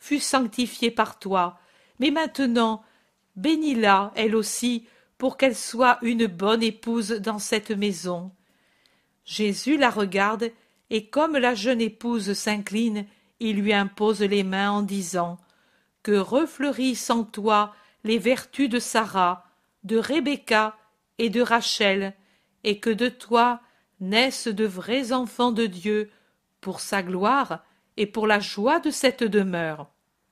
fut sanctifiée par toi, mais maintenant, bénis-la, elle aussi, pour qu'elle soit une bonne épouse dans cette maison. » Jésus la regarde, et comme la jeune épouse s'incline, il lui impose les mains en disant « Que refleurissent en toi les vertus de Sarah, de Rebecca et de Rachel, et que de toi naissent de vrais enfants de Dieu, pour sa gloire et pour la joie de cette demeure. »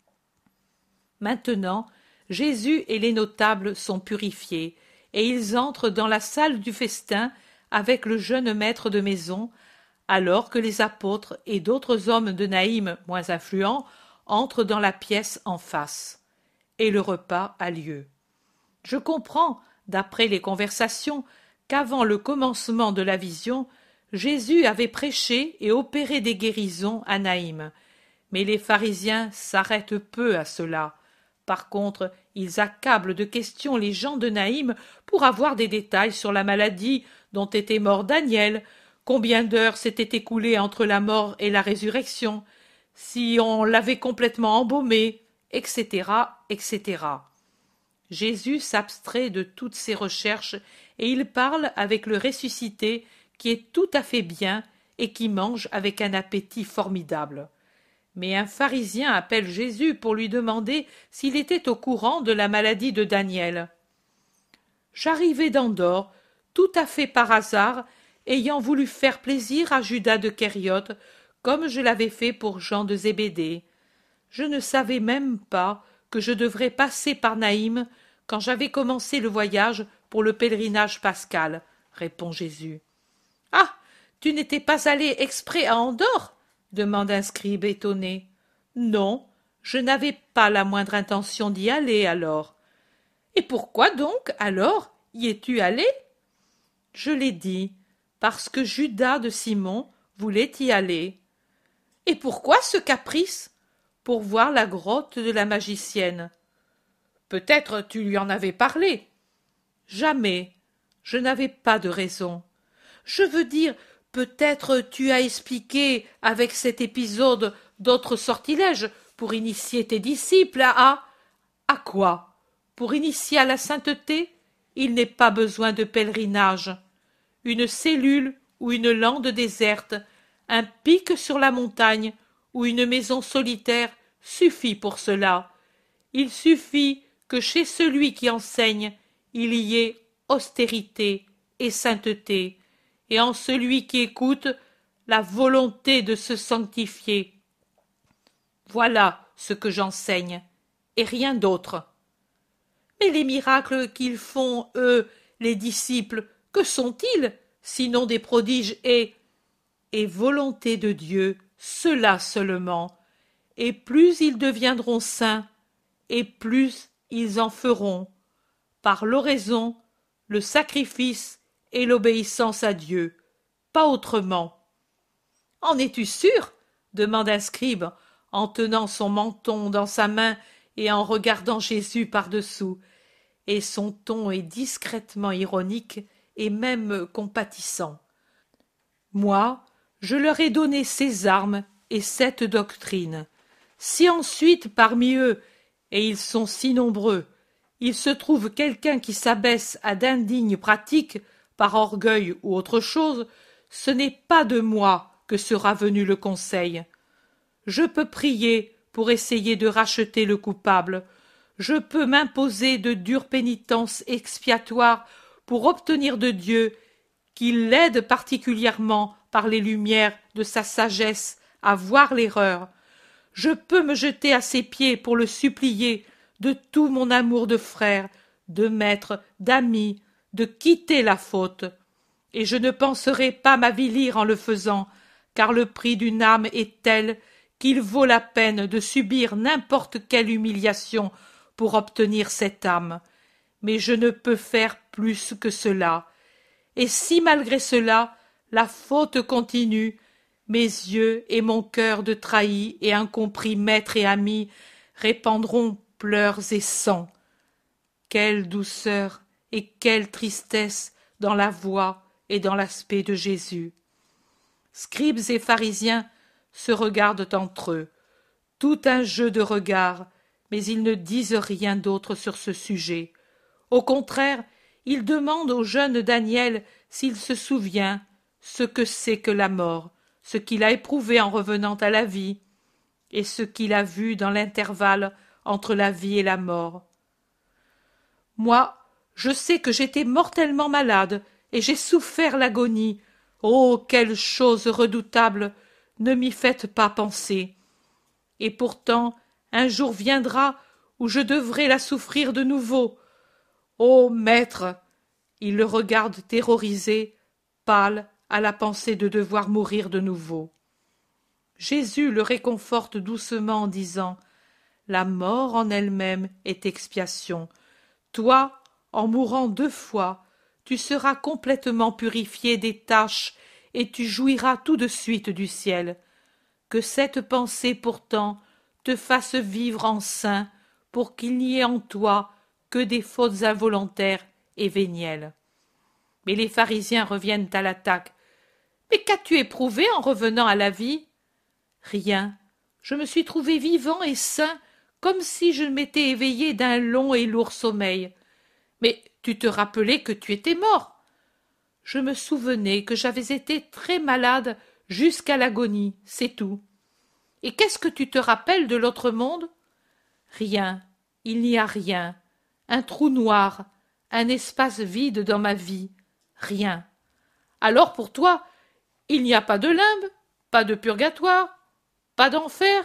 Maintenant, Jésus et les notables sont purifiés, et ils entrent dans la salle du festin avec le jeune maître de maison, alors que les apôtres et d'autres hommes de Naïm moins influents entrent dans la pièce en face. Et le repas a lieu. Je comprends, d'après les conversations, qu'avant le commencement de la vision, Jésus avait prêché et opéré des guérisons à Naïm. Mais les pharisiens s'arrêtent peu à cela. Par contre, ils accablent de questions les gens de Naïm pour avoir des détails sur la maladie dont était mort Daniel, combien d'heures s'étaient écoulées entre la mort et la résurrection, si on l'avait complètement embaumé, etc., etc. Jésus s'abstrait de toutes ces recherches et il parle avec le ressuscité qui est tout à fait bien et qui mange avec un appétit formidable. Mais un pharisien appelle Jésus pour lui demander s'il était au courant de la maladie de Daniel. « J'arrivais d'Andorre, tout à fait par hasard, ayant voulu faire plaisir à Judas de Kériote, comme je l'avais fait pour Jean de Zébédée. Je ne savais même pas que je devrais passer par Naïm quand j'avais commencé le voyage pour le pèlerinage pascal, répond Jésus. « Ah, tu n'étais pas allé exprès à Andorre ?» demande un scribe étonné. « Non, je n'avais pas la moindre intention d'y aller alors. »« Et pourquoi donc, alors, y es-tu allé ?» ?»« Je l'ai dit, parce que Judas de Simon voulait y aller. »« Et pourquoi ce caprice ? » ?»« Pour voir la grotte de la magicienne. »« Peut-être tu lui en avais parlé. »« Jamais. Je n'avais pas de raison. Je veux dire, peut-être tu as expliqué avec cet épisode d'autres sortilèges pour initier tes disciples à quoi? Pour initier à la sainteté, il n'est pas besoin de pèlerinage. Une cellule ou une lande déserte, un pic sur la montagne ou une maison solitaire suffit pour cela. Il suffit que chez celui qui enseigne, il y ait austérité et sainteté, et en celui qui écoute, la volonté de se sanctifier. Voilà ce que j'enseigne, et rien d'autre. Mais les miracles qu'ils font, eux, les disciples, que sont-ils, sinon des prodiges et volonté de Dieu, cela seulement, et plus ils deviendront saints, et plus ils en feront, par l'oraison, le sacrifice et l'obéissance à Dieu, pas autrement. « En es-tu sûr ?» demande un scribe, en tenant son menton dans sa main et en regardant Jésus par-dessous, et son ton est discrètement ironique et même compatissant. « Moi, je leur ai donné ces armes et cette doctrine. Si ensuite, parmi eux, et ils sont si nombreux, il se trouve quelqu'un qui s'abaisse à d'indignes pratiques, par orgueil ou autre chose, ce n'est pas de moi que sera venu le conseil. Je peux prier pour essayer de racheter le coupable, je peux m'imposer de dures pénitences expiatoires pour obtenir de Dieu qu'il l'aide particulièrement par les lumières de sa sagesse à voir l'erreur. Je peux me jeter à ses pieds pour le supplier de tout mon amour de frère, de maître, d'ami, de quitter la faute. Et je ne penserai pas m'avilir en le faisant, car le prix d'une âme est tel qu'il vaut la peine de subir n'importe quelle humiliation pour obtenir cette âme. Mais je ne peux faire plus que cela. Et si malgré cela, la faute continue, mes yeux et mon cœur de trahi et incompris maître et ami répandront pleurs et sang. Quelle douceur et quelle tristesse dans la voix et dans l'aspect de Jésus. Scribes et pharisiens se regardent entre eux. tout un jeu de regards, mais ils ne disent rien d'autre sur ce sujet. Au contraire, ils demandent au jeune Daniel s'il se souvient ce que c'est que la mort, ce qu'il a éprouvé en revenant à la vie, et ce qu'il a vu dans l'intervalle entre la vie et la mort. Moi, je sais que j'étais mortellement malade, et j'ai souffert l'agonie. Oh, quelle chose redoutable! Ne m'y faites pas penser. Et pourtant, un jour viendra où je devrai la souffrir de nouveau. Ô maître! Il le regarde terrorisé, pâle, à la pensée de devoir mourir de nouveau. Jésus le réconforte doucement en disant « La mort en elle-même est expiation. Toi, en mourant 2 fois, tu seras complètement purifié des taches et tu jouiras tout de suite du ciel. Que cette pensée pourtant te fasse vivre en saint pour qu'il n'y ait en toi que des fautes involontaires et vénielles. » Mais les pharisiens reviennent à l'attaque. « Mais qu'as-tu éprouvé en revenant à la vie ?»« Rien. Je me suis trouvé vivant et sain, comme si je m'étais éveillé d'un long et lourd sommeil. Mais tu te rappelais que tu étais mort. Je me souvenais que j'avais été très malade jusqu'à l'agonie, c'est tout. Et qu'est-ce que tu te rappelles de l'autre monde? Rien, il n'y a rien, un trou noir, un espace vide dans ma vie, rien. Alors pour toi, il n'y a pas de limbe, pas de purgatoire, pas d'enfer?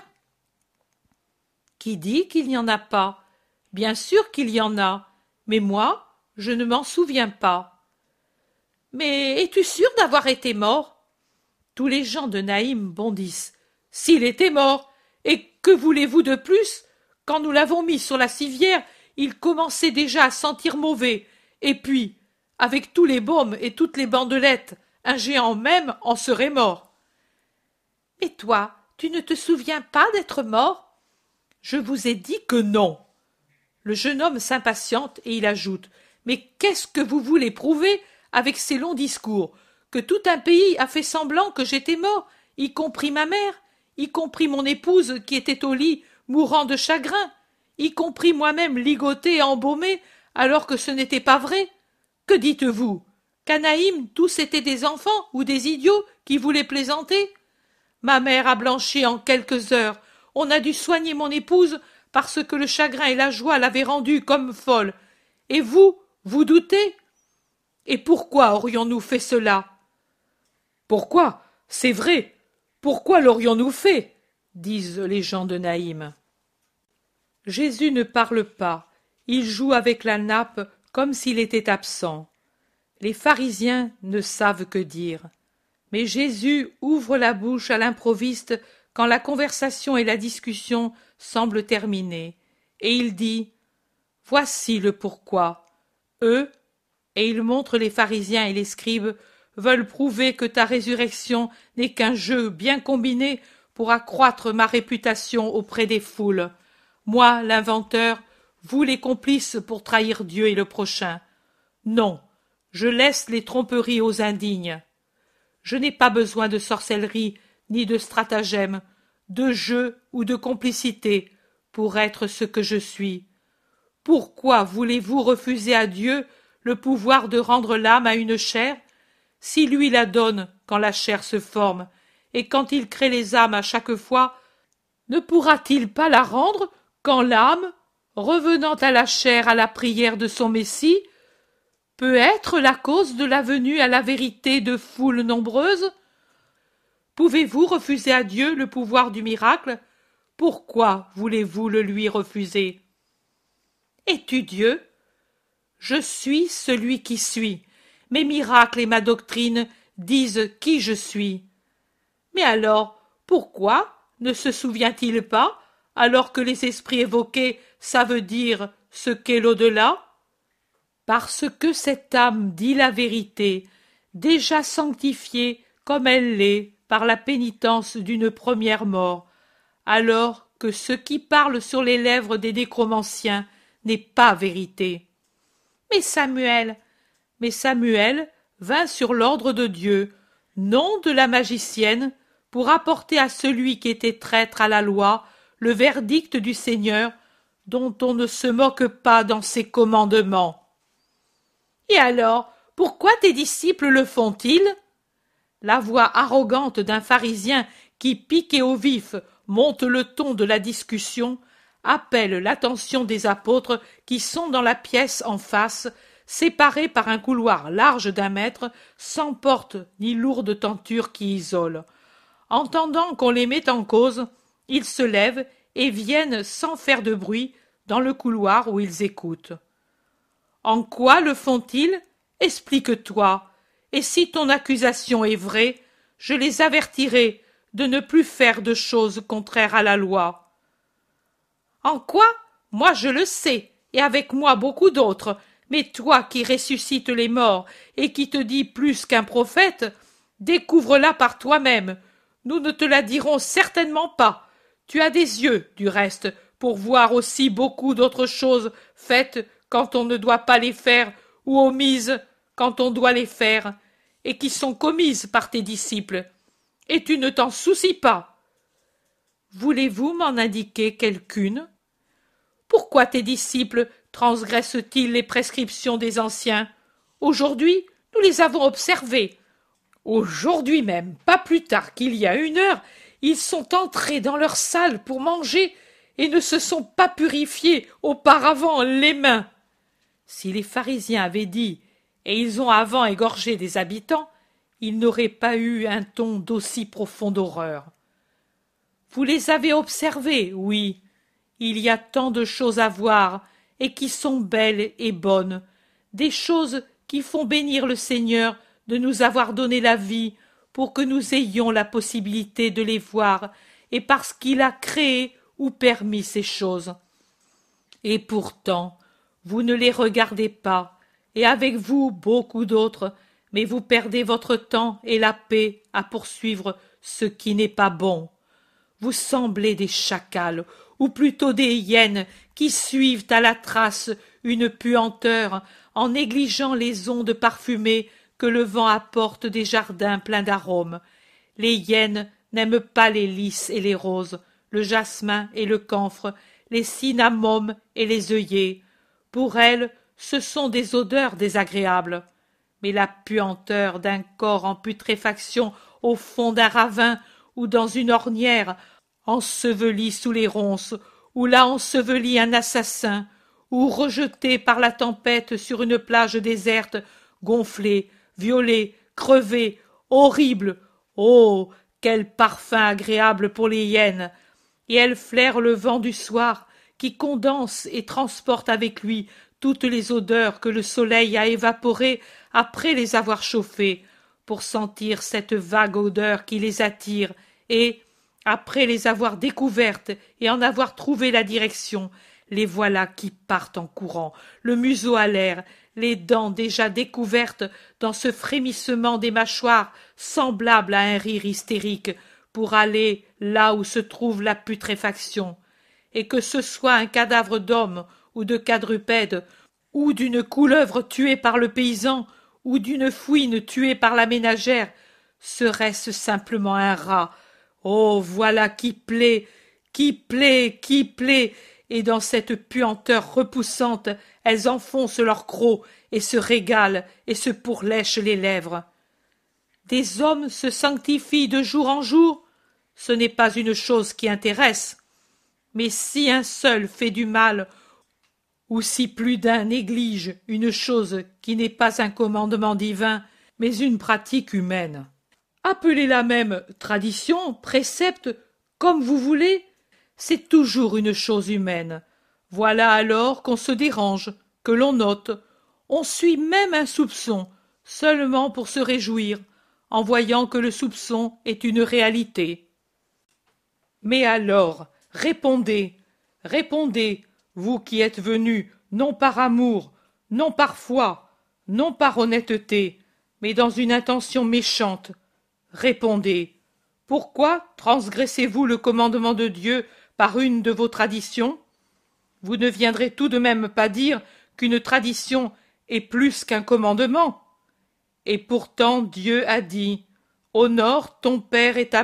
Qui dit qu'il n'y en a pas? Bien sûr qu'il y en a, mais moi, je ne m'en souviens pas. Mais es-tu sûr d'avoir été mort? Tous les gens de Naïm bondissent. S'il était mort, et que voulez-vous de plus? Quand nous l'avons mis sur la civière, il commençait déjà à sentir mauvais. Et puis, avec tous les baumes et toutes les bandelettes, un géant même en serait mort. Mais toi, tu ne te souviens pas d'être mort? Je vous ai dit que non. Le jeune homme s'impatiente et il ajoute « Mais qu'est-ce que vous voulez prouver avec ces longs discours? Que tout un pays a fait semblant que j'étais mort, y compris ma mère, y compris mon épouse qui était au lit, mourant de chagrin, y compris moi-même ligoté et embaumé, alors que ce n'était pas vrai? Que dites-vous? Qu'à Naïm, tous étaient des enfants ou des idiots qui voulaient plaisanter? Ma mère a blanchi en quelques heures. On a dû soigner mon épouse parce que le chagrin et la joie l'avaient rendue comme folle. Et vous, vous doutez? Et pourquoi aurions-nous fait cela? Pourquoi? C'est vrai. Pourquoi l'aurions-nous fait? Disent les gens de Naïm. Jésus ne parle pas. Il joue avec la nappe comme s'il était absent. Les pharisiens ne savent que dire. Mais Jésus ouvre la bouche à l'improviste quand la conversation et la discussion semblent terminées, et il dit « Voici le pourquoi. Eux, et il montre les pharisiens et les scribes, veulent prouver que ta résurrection n'est qu'un jeu bien combiné pour accroître ma réputation auprès des foules. Moi, l'inventeur, vous les complices pour trahir Dieu et le prochain. Non, je laisse les tromperies aux indignes. Je n'ai pas besoin de sorcellerie, ni de stratagème, de jeu ou de complicité pour être ce que je suis. Pourquoi voulez-vous refuser à Dieu le pouvoir de rendre l'âme à une chair? Si lui la donne quand la chair se forme, et quand il crée les âmes à chaque fois, ne pourra-t-il pas la rendre quand l'âme, revenant à la chair à la prière de son Messie, peut être la cause de la venue à la vérité de foules nombreuses? Pouvez-vous refuser à Dieu le pouvoir du miracle? Pourquoi voulez-vous le lui refuser? Es-tu Dieu? Je suis celui qui suis. Mes miracles et ma doctrine disent qui je suis. Mais alors, pourquoi ne se souvient-il pas, alors que les esprits évoqués savent dire ce qu'est l'au-delà? Parce que cette âme dit la vérité, déjà sanctifiée comme elle l'est par la pénitence d'une première mort, alors que ce qui parle sur les lèvres des nécromanciens n'est pas vérité. Mais Samuel vint sur l'ordre de Dieu, non de la magicienne, pour apporter à celui qui était traître à la loi le verdict du Seigneur, dont on ne se moque pas dans ses commandements. Et alors, pourquoi tes disciples le font-ils? La voix arrogante d'un pharisien qui, piqué au vif, monte le ton de la discussion, appelle l'attention des apôtres qui sont dans la pièce en face, séparés par un couloir large d'1 mètre, sans porte ni lourde tenture qui isole. Entendant qu'on les met en cause, ils se lèvent et viennent sans faire de bruit dans le couloir où ils écoutent. En quoi le font-ils? Explique-toi, et si ton accusation est vraie, je les avertirai de ne plus faire de choses contraires à la loi. En quoi? Moi je le sais, et avec moi beaucoup d'autres, mais toi qui ressuscites les morts et qui te dis plus qu'un prophète, découvre-la par toi-même. Nous ne te la dirons certainement pas. Tu as des yeux, du reste, pour voir aussi beaucoup d'autres choses faites quand on ne doit pas les faire, ou omises quand on doit les faire, et qui sont commises par tes disciples. Et tu ne t'en soucies pas. Voulez-vous m'en indiquer quelqu'une? Pourquoi tes disciples transgressent-ils les prescriptions des anciens? Aujourd'hui, nous les avons observés. Aujourd'hui même, pas plus tard qu'il y a 1 heure, ils sont entrés dans leur salle pour manger et ne se sont pas purifiés auparavant les mains. Si les pharisiens avaient dit « et ils ont avant égorgé des habitants », ils n'auraient pas eu un ton d'aussi profonde horreur. Vous les avez observés, oui. Il y a tant de choses à voir, et qui sont belles et bonnes, des choses qui font bénir le Seigneur de nous avoir donné la vie, pour que nous ayons la possibilité de les voir, et parce qu'il a créé ou permis ces choses. Et pourtant, vous ne les regardez pas, et avec vous beaucoup d'autres, mais vous perdez votre temps et la paix à poursuivre ce qui n'est pas bon. Vous semblez des chacals, ou plutôt des hyènes, qui suivent à la trace une puanteur, en négligeant les ondes parfumées que le vent apporte des jardins pleins d'arômes. Les hyènes n'aiment pas les lys et les roses, le jasmin et le camphre, les cinnamomes et les œillets. Pour elles, ce sont des odeurs désagréables. Mais la puanteur d'un corps en putréfaction au fond d'un ravin ou dans une ornière, enseveli sous les ronces, ou l'a enseveli un assassin, ou rejeté par la tempête sur une plage déserte, gonflé, violé, crevé, horrible. Oh, quel parfum agréable pour les hyènes! Et elles flairent le vent du soir, qui condense et transporte avec lui toutes les odeurs que le soleil a évaporées après les avoir chauffées, pour sentir cette vague odeur qui les attire, et, après les avoir découvertes et en avoir trouvé la direction, les voilà qui partent en courant, le museau à l'air, les dents déjà découvertes dans ce frémissement des mâchoires semblable à un rire hystérique, pour aller là où se trouve la putréfaction. Et que ce soit un cadavre d'homme ou de quadrupède, ou d'une couleuvre tuée par le paysan, ou d'une fouine tuée par la ménagère, serait-ce simplement un rat? Oh, voilà qui plaît, qui plaît, qui plaît, et dans cette puanteur repoussante, elles enfoncent leurs crocs et se régalent et se pourlèchent les lèvres. Des hommes se sanctifient de jour en jour, ce n'est pas une chose qui intéresse. Mais si un seul fait du mal, ou si plus d'un néglige une chose qui n'est pas un commandement divin, mais une pratique humaine, appelez-la même tradition, précepte, comme vous voulez, c'est toujours une chose humaine. Voilà alors qu'on se dérange, que l'on note, on suit même un soupçon, seulement pour se réjouir, en voyant que le soupçon est une réalité. Mais alors, répondez, répondez, vous qui êtes venus, non par amour, non par foi, non par honnêteté, mais dans une intention méchante. Répondez. Pourquoi transgressez-vous le commandement de Dieu par une de vos traditions? Vous ne viendrez tout de même pas dire qu'une tradition est plus qu'un commandement. Et pourtant Dieu a dit « Honore ton père et ta mère »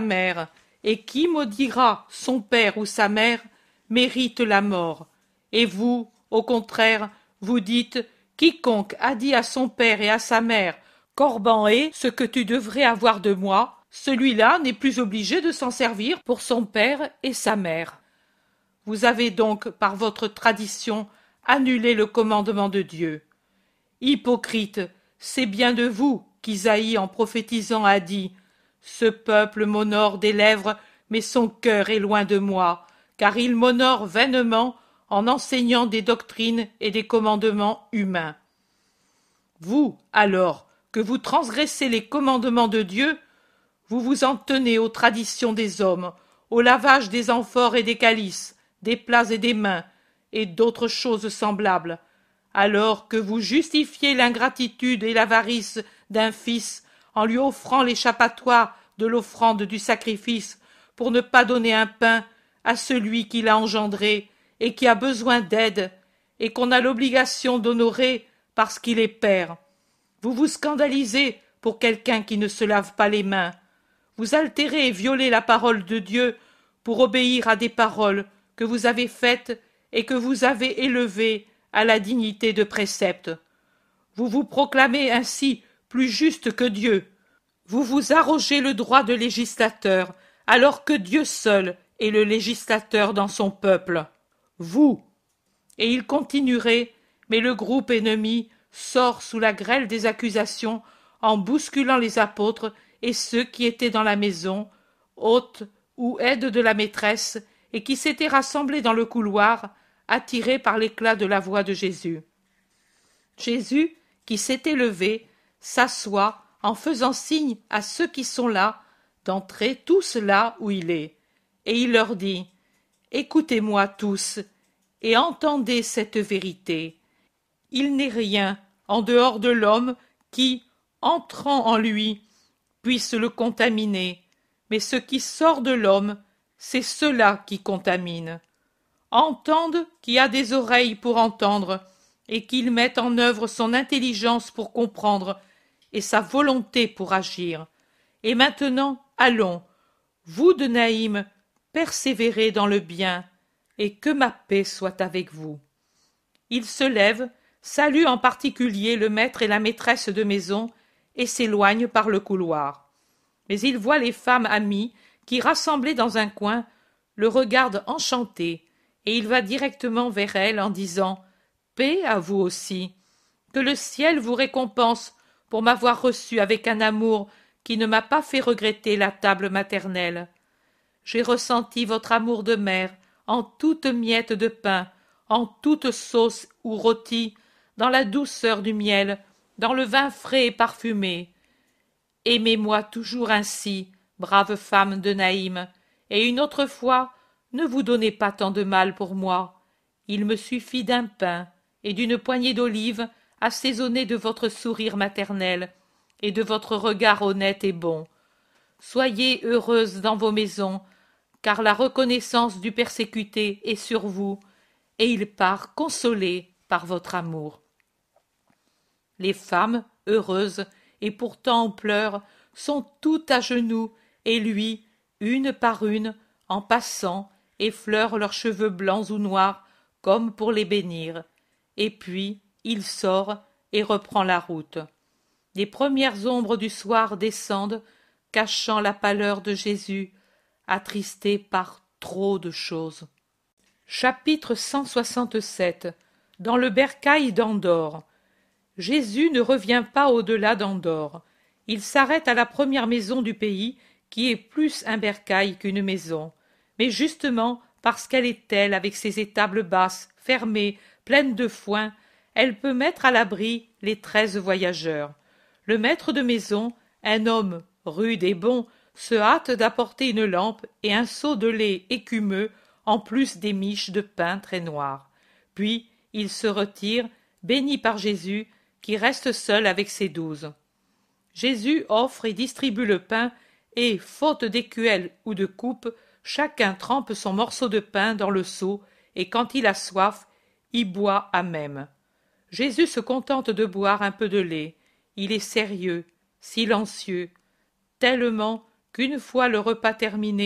et qui maudira son père ou sa mère mérite la mort. Et vous, au contraire, vous dites, quiconque a dit à son père et à sa mère, Corban est ce que tu devrais avoir de moi, celui-là n'est plus obligé de s'en servir pour son père et sa mère. Vous avez donc, par votre tradition, annulé le commandement de Dieu. Hypocrite, c'est bien de vous qu'Isaïe, en prophétisant, a dit « Ce peuple m'honore des lèvres, mais son cœur est loin de moi, car il m'honore vainement en enseignant des doctrines et des commandements humains. » Vous, alors, que vous transgressez les commandements de Dieu, vous vous en tenez aux traditions des hommes, au lavage des amphores et des calices, des plats et des mains, et d'autres choses semblables, alors que vous justifiez l'ingratitude et l'avarice d'un fils en lui offrant l'échappatoire de l'offrande du sacrifice pour ne pas donner un pain à celui qui l'a engendré et qui a besoin d'aide et qu'on a l'obligation d'honorer parce qu'il est père. Vous vous scandalisez pour quelqu'un qui ne se lave pas les mains. Vous altérez et violez la parole de Dieu pour obéir à des paroles que vous avez faites et que vous avez élevées à la dignité de précepte. Vous vous proclamez ainsi plus juste que Dieu. Vous vous arrogez le droit de législateur, alors que Dieu seul est le législateur dans son peuple. Vous. Et il continuerait, mais le groupe ennemi sort sous la grêle des accusations en bousculant les apôtres et ceux qui étaient dans la maison, hôtes ou aides de la maîtresse, et qui s'étaient rassemblés dans le couloir, attirés par l'éclat de la voix de Jésus. Jésus, qui s'était levé, s'assoit en faisant signe à ceux qui sont là d'entrer tous là où il est. Et il leur dit, « Écoutez-moi tous, et entendez cette vérité. Il n'est rien en dehors de l'homme qui, entrant en lui, puisse le contaminer, mais ce qui sort de l'homme, c'est cela qui contamine. Entende qui a des oreilles pour entendre, et qu'il mette en œuvre son intelligence pour comprendre, et sa volonté pour agir. Et maintenant, allons, vous de Naïm, persévérez dans le bien, et que ma paix soit avec vous. » Il se lève, salue en particulier le maître et la maîtresse de maison, et s'éloigne par le couloir. Mais il voit les femmes amies qui, rassemblées dans un coin, le regardent enchanté, et il va directement vers elles en disant « Paix à vous aussi. Que le ciel vous récompense pour m'avoir reçu avec un amour qui ne m'a pas fait regretter la table maternelle. J'ai ressenti votre amour de mère en toute miette de pain, en toute sauce ou rôti, dans la douceur du miel, dans le vin frais et parfumé. Aimez-moi toujours ainsi, brave femme de Naïm, et une autre fois, ne vous donnez pas tant de mal pour moi. Il me suffit d'un pain et d'une poignée d'olives assaisonnée de votre sourire maternel et de votre regard honnête et bon. Soyez heureuse dans vos maisons, car la reconnaissance du persécuté est sur vous, et il part consolé par votre amour. » Les femmes, heureuses et pourtant en pleurs, sont toutes à genoux, et lui, une par une, en passant, effleurent leurs cheveux blancs ou noirs, comme pour les bénir. Et puis, il sort et reprend la route. Les premières ombres du soir descendent, cachant la pâleur de Jésus, attristé par trop de choses. Chapitre 167. Dans le bercail d'Andorre. Jésus ne revient pas au-delà d'Andorre. Il s'arrête à la première maison du pays, qui est plus un bercail qu'une maison. Mais justement, parce qu'elle est telle, avec ses étables basses, fermées, pleines de foin, elle peut mettre à l'abri les 13 voyageurs. Le maître de maison, un homme rude et bon, se hâte d'apporter une lampe et un seau de lait écumeux, en plus des miches de pain très noires. Puis il se retire, béni par Jésus, qui reste seul avec ses 12. Jésus offre et distribue le pain, et, faute d'écuelle ou de coupe, chacun trempe son morceau de pain dans le seau, et quand il a soif, y boit à même. Jésus se contente de boire un peu de lait. Il est sérieux, silencieux, tellement qu'une fois le repas terminé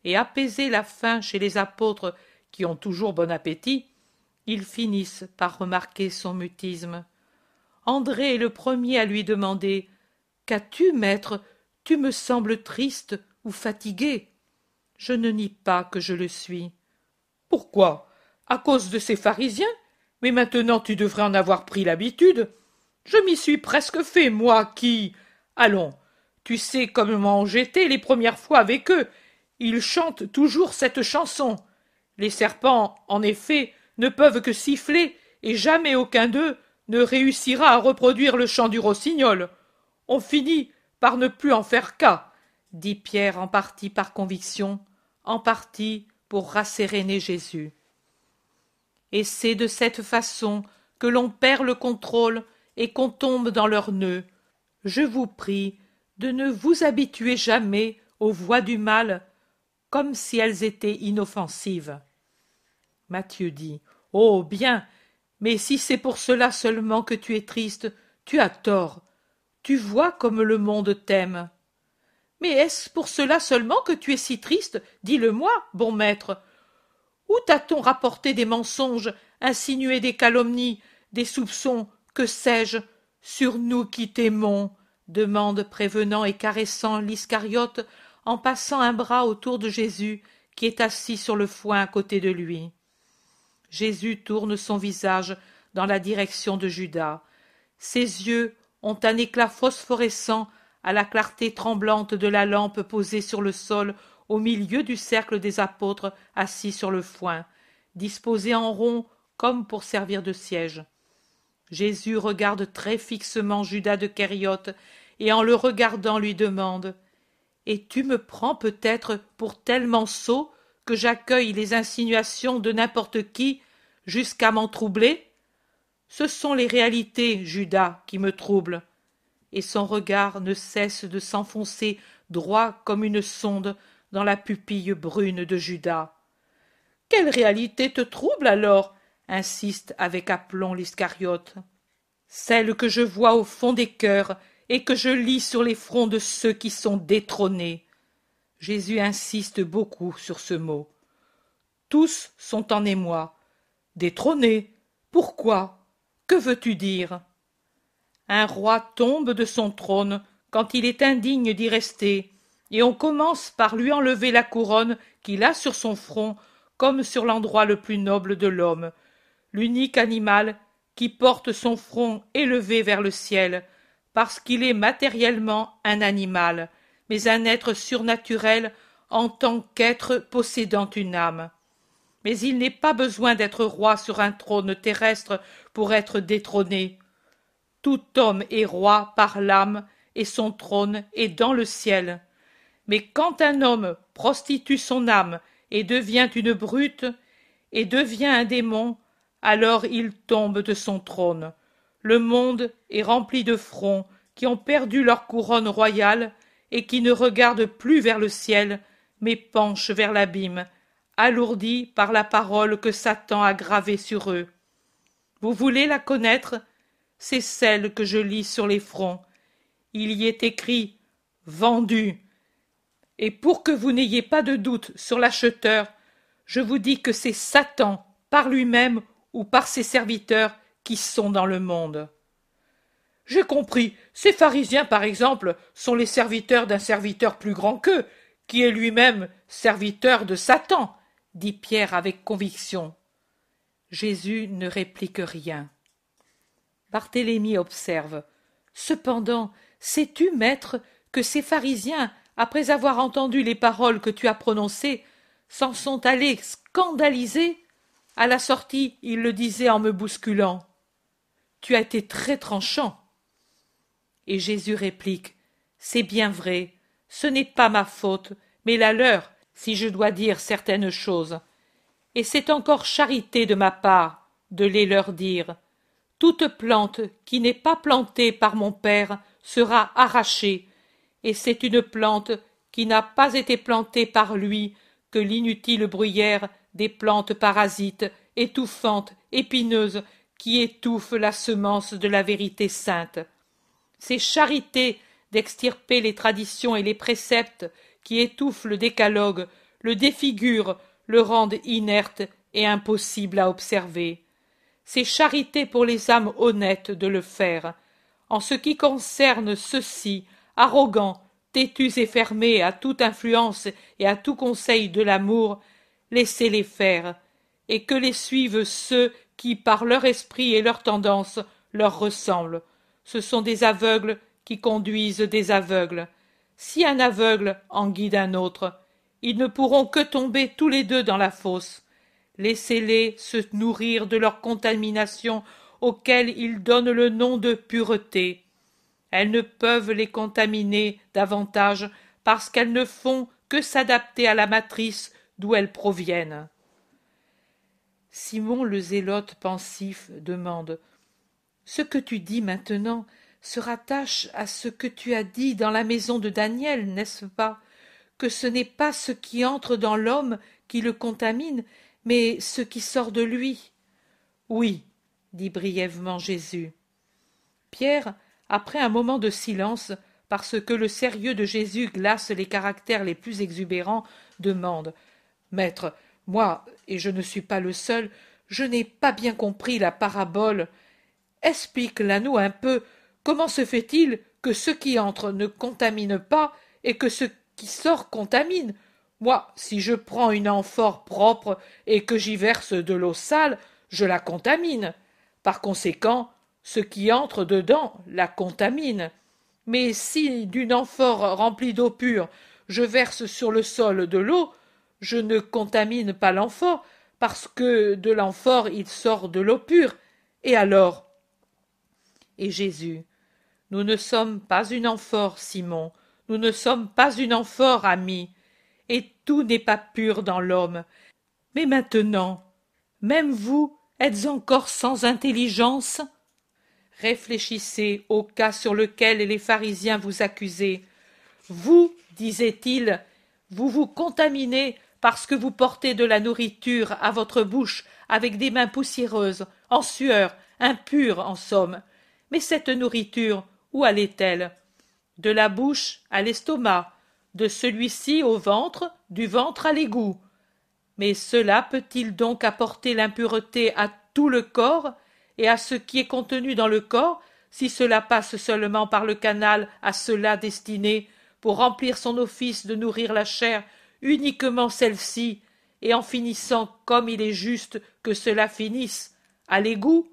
et apaiser la faim chez les apôtres qui ont toujours bon appétit, ils finissent par remarquer son mutisme. André est le premier à lui demander « Qu'as-tu, maître? Tu me sembles triste ou fatigué ?» Je ne nie pas que je le suis. « Pourquoi? À cause de ces pharisiens? Mais maintenant tu devrais en avoir pris l'habitude. Je m'y suis presque fait, moi qui... Allons, tu sais comment j'étais les premières fois avec eux. Ils chantent toujours cette chanson. Les serpents, en effet, ne peuvent que siffler, et jamais aucun d'eux ne réussira à reproduire le chant du rossignol. On finit par ne plus en faire cas, dit Pierre en partie par conviction, en partie pour rasséréner Jésus. Et c'est de cette façon que l'on perd le contrôle et qu'on tombe dans leurs nœuds. Je vous prie de ne vous habituer jamais aux voix du mal, comme si elles étaient inoffensives. Matthieu dit « Oh, bien, mais si c'est pour cela seulement que tu es triste, tu as tort. Tu vois comme le monde t'aime. » Mais est-ce pour cela seulement que tu es si triste? Dis-le-moi, bon maître. Où t'a-t-on rapporté des mensonges, insinué des calomnies, des soupçons, que sais-je, sur nous qui t'aimons? Demande prévenant et caressant l'Iscariote en passant un bras autour de Jésus qui est assis sur le foin à côté de lui. Jésus tourne son visage dans la direction de Judas. Ses yeux ont un éclat phosphorescent à la clarté tremblante de la lampe posée sur le sol au milieu du cercle des apôtres assis sur le foin, disposés en rond comme pour servir de siège. Jésus regarde très fixement Judas de Kériote et en le regardant lui demande « Et tu me prends peut-être pour tellement sot que j'accueille les insinuations de n'importe qui jusqu'à m'en troubler? Ce sont les réalités, Judas, qui me troublent. » Et son regard ne cesse de s'enfoncer droit comme une sonde dans la pupille brune de Judas. « Quelle réalité te trouble alors ?» insiste avec aplomb l'Iscariote. « Celle que je vois au fond des cœurs et que je lis sur les fronts de ceux qui sont détrônés. » Jésus insiste beaucoup sur ce mot. Tous sont en émoi. Détrônés? Pourquoi? Que veux-tu dire? Un roi tombe de son trône quand il est indigne d'y rester, et on commence par lui enlever la couronne qu'il a sur son front comme sur l'endroit le plus noble de l'homme, l'unique animal qui porte son front élevé vers le ciel, parce qu'il est matériellement un animal, mais un être surnaturel en tant qu'être possédant une âme. Mais il n'est pas besoin d'être roi sur un trône terrestre pour être détrôné. Tout homme est roi par l'âme et son trône est dans le ciel. Mais quand un homme prostitue son âme et devient une brute et devient un démon, alors il tombe de son trône. Le monde est rempli de fronts qui ont perdu leur couronne royale et qui ne regardent plus vers le ciel, mais penchent vers l'abîme, alourdis par la parole que Satan a gravée sur eux. Vous voulez la connaître? C'est celle que je lis sur les fronts. Il y est écrit « Vendu ». Et pour que vous n'ayez pas de doute sur l'acheteur, je vous dis que c'est Satan, par lui-même ou par ses serviteurs, qui sont dans le monde. J'ai compris, ces pharisiens, par exemple, sont les serviteurs d'un serviteur plus grand qu'eux, qui est lui-même serviteur de Satan, dit Pierre avec conviction. Jésus ne réplique rien. Barthélemy observe. Cependant, sais-tu, maître, que ces pharisiens, après avoir entendu les paroles que tu as prononcées, s'en sont allés scandalisés? À la sortie, ils le disaient en me bousculant. Tu as été très tranchant. Et Jésus réplique. C'est bien vrai, ce n'est pas ma faute, mais la leur, si je dois dire certaines choses. Et c'est encore charité de ma part de les leur dire. Toute plante qui n'est pas plantée par mon Père sera arrachée, et c'est une plante qui n'a pas été plantée par lui que l'inutile bruyère des plantes parasites, étouffantes, épineuses, qui étouffent la semence de la vérité sainte. C'est charité d'extirper les traditions et les préceptes qui étouffent le décalogue, le défigurent, le rendent inerte et impossible à observer. C'est charité pour les âmes honnêtes de le faire. En ce qui concerne ceux-ci, arrogants, têtus et fermés à toute influence et à tout conseil de l'amour, laissez-les faire, et que les suivent ceux qui, par leur esprit et leur tendance, leur ressemblent. Ce sont des aveugles qui conduisent des aveugles. Si un aveugle en guide un autre, ils ne pourront que tomber tous les deux dans la fosse. Laissez-les se nourrir de leur contamination auquel ils donnent le nom de pureté. Elles ne peuvent les contaminer davantage parce qu'elles ne font que s'adapter à la matrice d'où elles proviennent. Simon le zélote pensif demande « Ce que tu dis maintenant se rattache à ce que tu as dit dans la maison de Daniel, n'est-ce pas? Que ce n'est pas ce qui entre dans l'homme qui le contamine, mais ce qui sort de lui. » Oui, dit brièvement Jésus. Pierre, après un moment de silence, parce que le sérieux de Jésus glace les caractères les plus exubérants, demande « Maître, moi, et je ne suis pas le seul, je n'ai pas bien compris la parabole. Explique-la-nous un peu. Comment se fait-il que ce qui entre ne contamine pas et que ce qui sort contamine? Moi, si je prends une amphore propre et que j'y verse de l'eau sale, je la contamine. Par conséquent, ce qui entre dedans la contamine. Mais si d'une amphore remplie d'eau pure, je verse sur le sol de l'eau, je ne contamine pas l'amphore, parce que de l'amphore il sort de l'eau pure. Et alors? Et Jésus: Nous ne sommes pas une amphore, Simon, nous ne sommes pas une amphore, ami, et tout n'est pas pur dans l'homme. Mais maintenant, même vous êtes encore sans intelligence? Réfléchissez au cas sur lequel les pharisiens vous accusaient. Vous, disait-il, vous vous contaminez parce que vous portez de la nourriture à votre bouche avec des mains poussiéreuses, en sueur, impures en somme. Mais cette nourriture, où allait-elle? De la bouche à l'estomac, de celui-ci au ventre, du ventre à l'égout. Mais cela peut-il donc apporter l'impureté à tout le corps et à ce qui est contenu dans le corps, si cela passe seulement par le canal à cela destiné, pour remplir son office de nourrir la chair, uniquement celle-ci, et en finissant comme il est juste que cela finisse, à l'égout?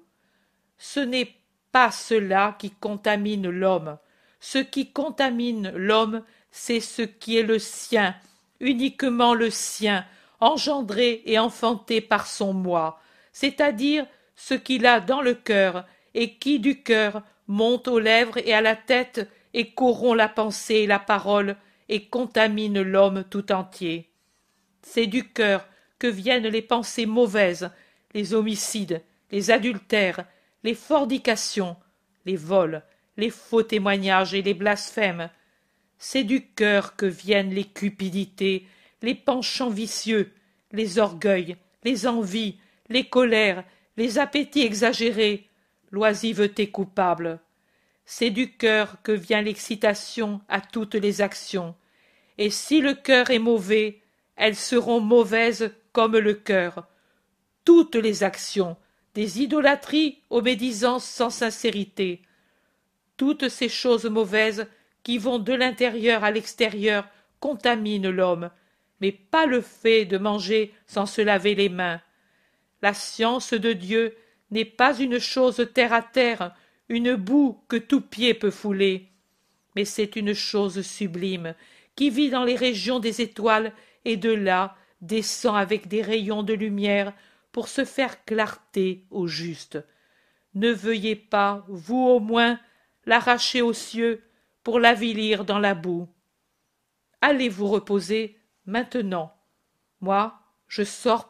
Ce n'est pas cela qui contamine l'homme. Ce qui contamine l'homme, c'est ce qui est le sien, uniquement le sien, engendré et enfanté par son moi, c'est-à-dire ce qu'il a dans le cœur, et qui du cœur monte aux lèvres et à la tête, et corrompt la pensée et la parole, et contamine l'homme tout entier. C'est du cœur que viennent les pensées mauvaises, les homicides, les adultères, les fornications, les vols, les faux témoignages et les blasphèmes. C'est du cœur que viennent les cupidités, les penchants vicieux, les orgueils, les envies, les colères, les appétits exagérés, l'oisiveté coupable. C'est du cœur que vient l'excitation à toutes les actions. Et si le cœur est mauvais, elles seront mauvaises comme le cœur. Toutes les actions, des idolâtries aux médisances sans sincérité, toutes ces choses mauvaises qui vont de l'intérieur à l'extérieur contaminent l'homme, mais pas le fait de manger sans se laver les mains. La science de Dieu n'est pas une chose terre à terre, une boue que tout pied peut fouler, mais c'est une chose sublime, qui vit dans les régions des étoiles et de là descend avec des rayons de lumière pour se faire clarté au juste. Ne veuillez pas, vous au moins, l'arracher aux cieux pour l'avilir dans la boue. Allez vous reposer maintenant. Moi, je sors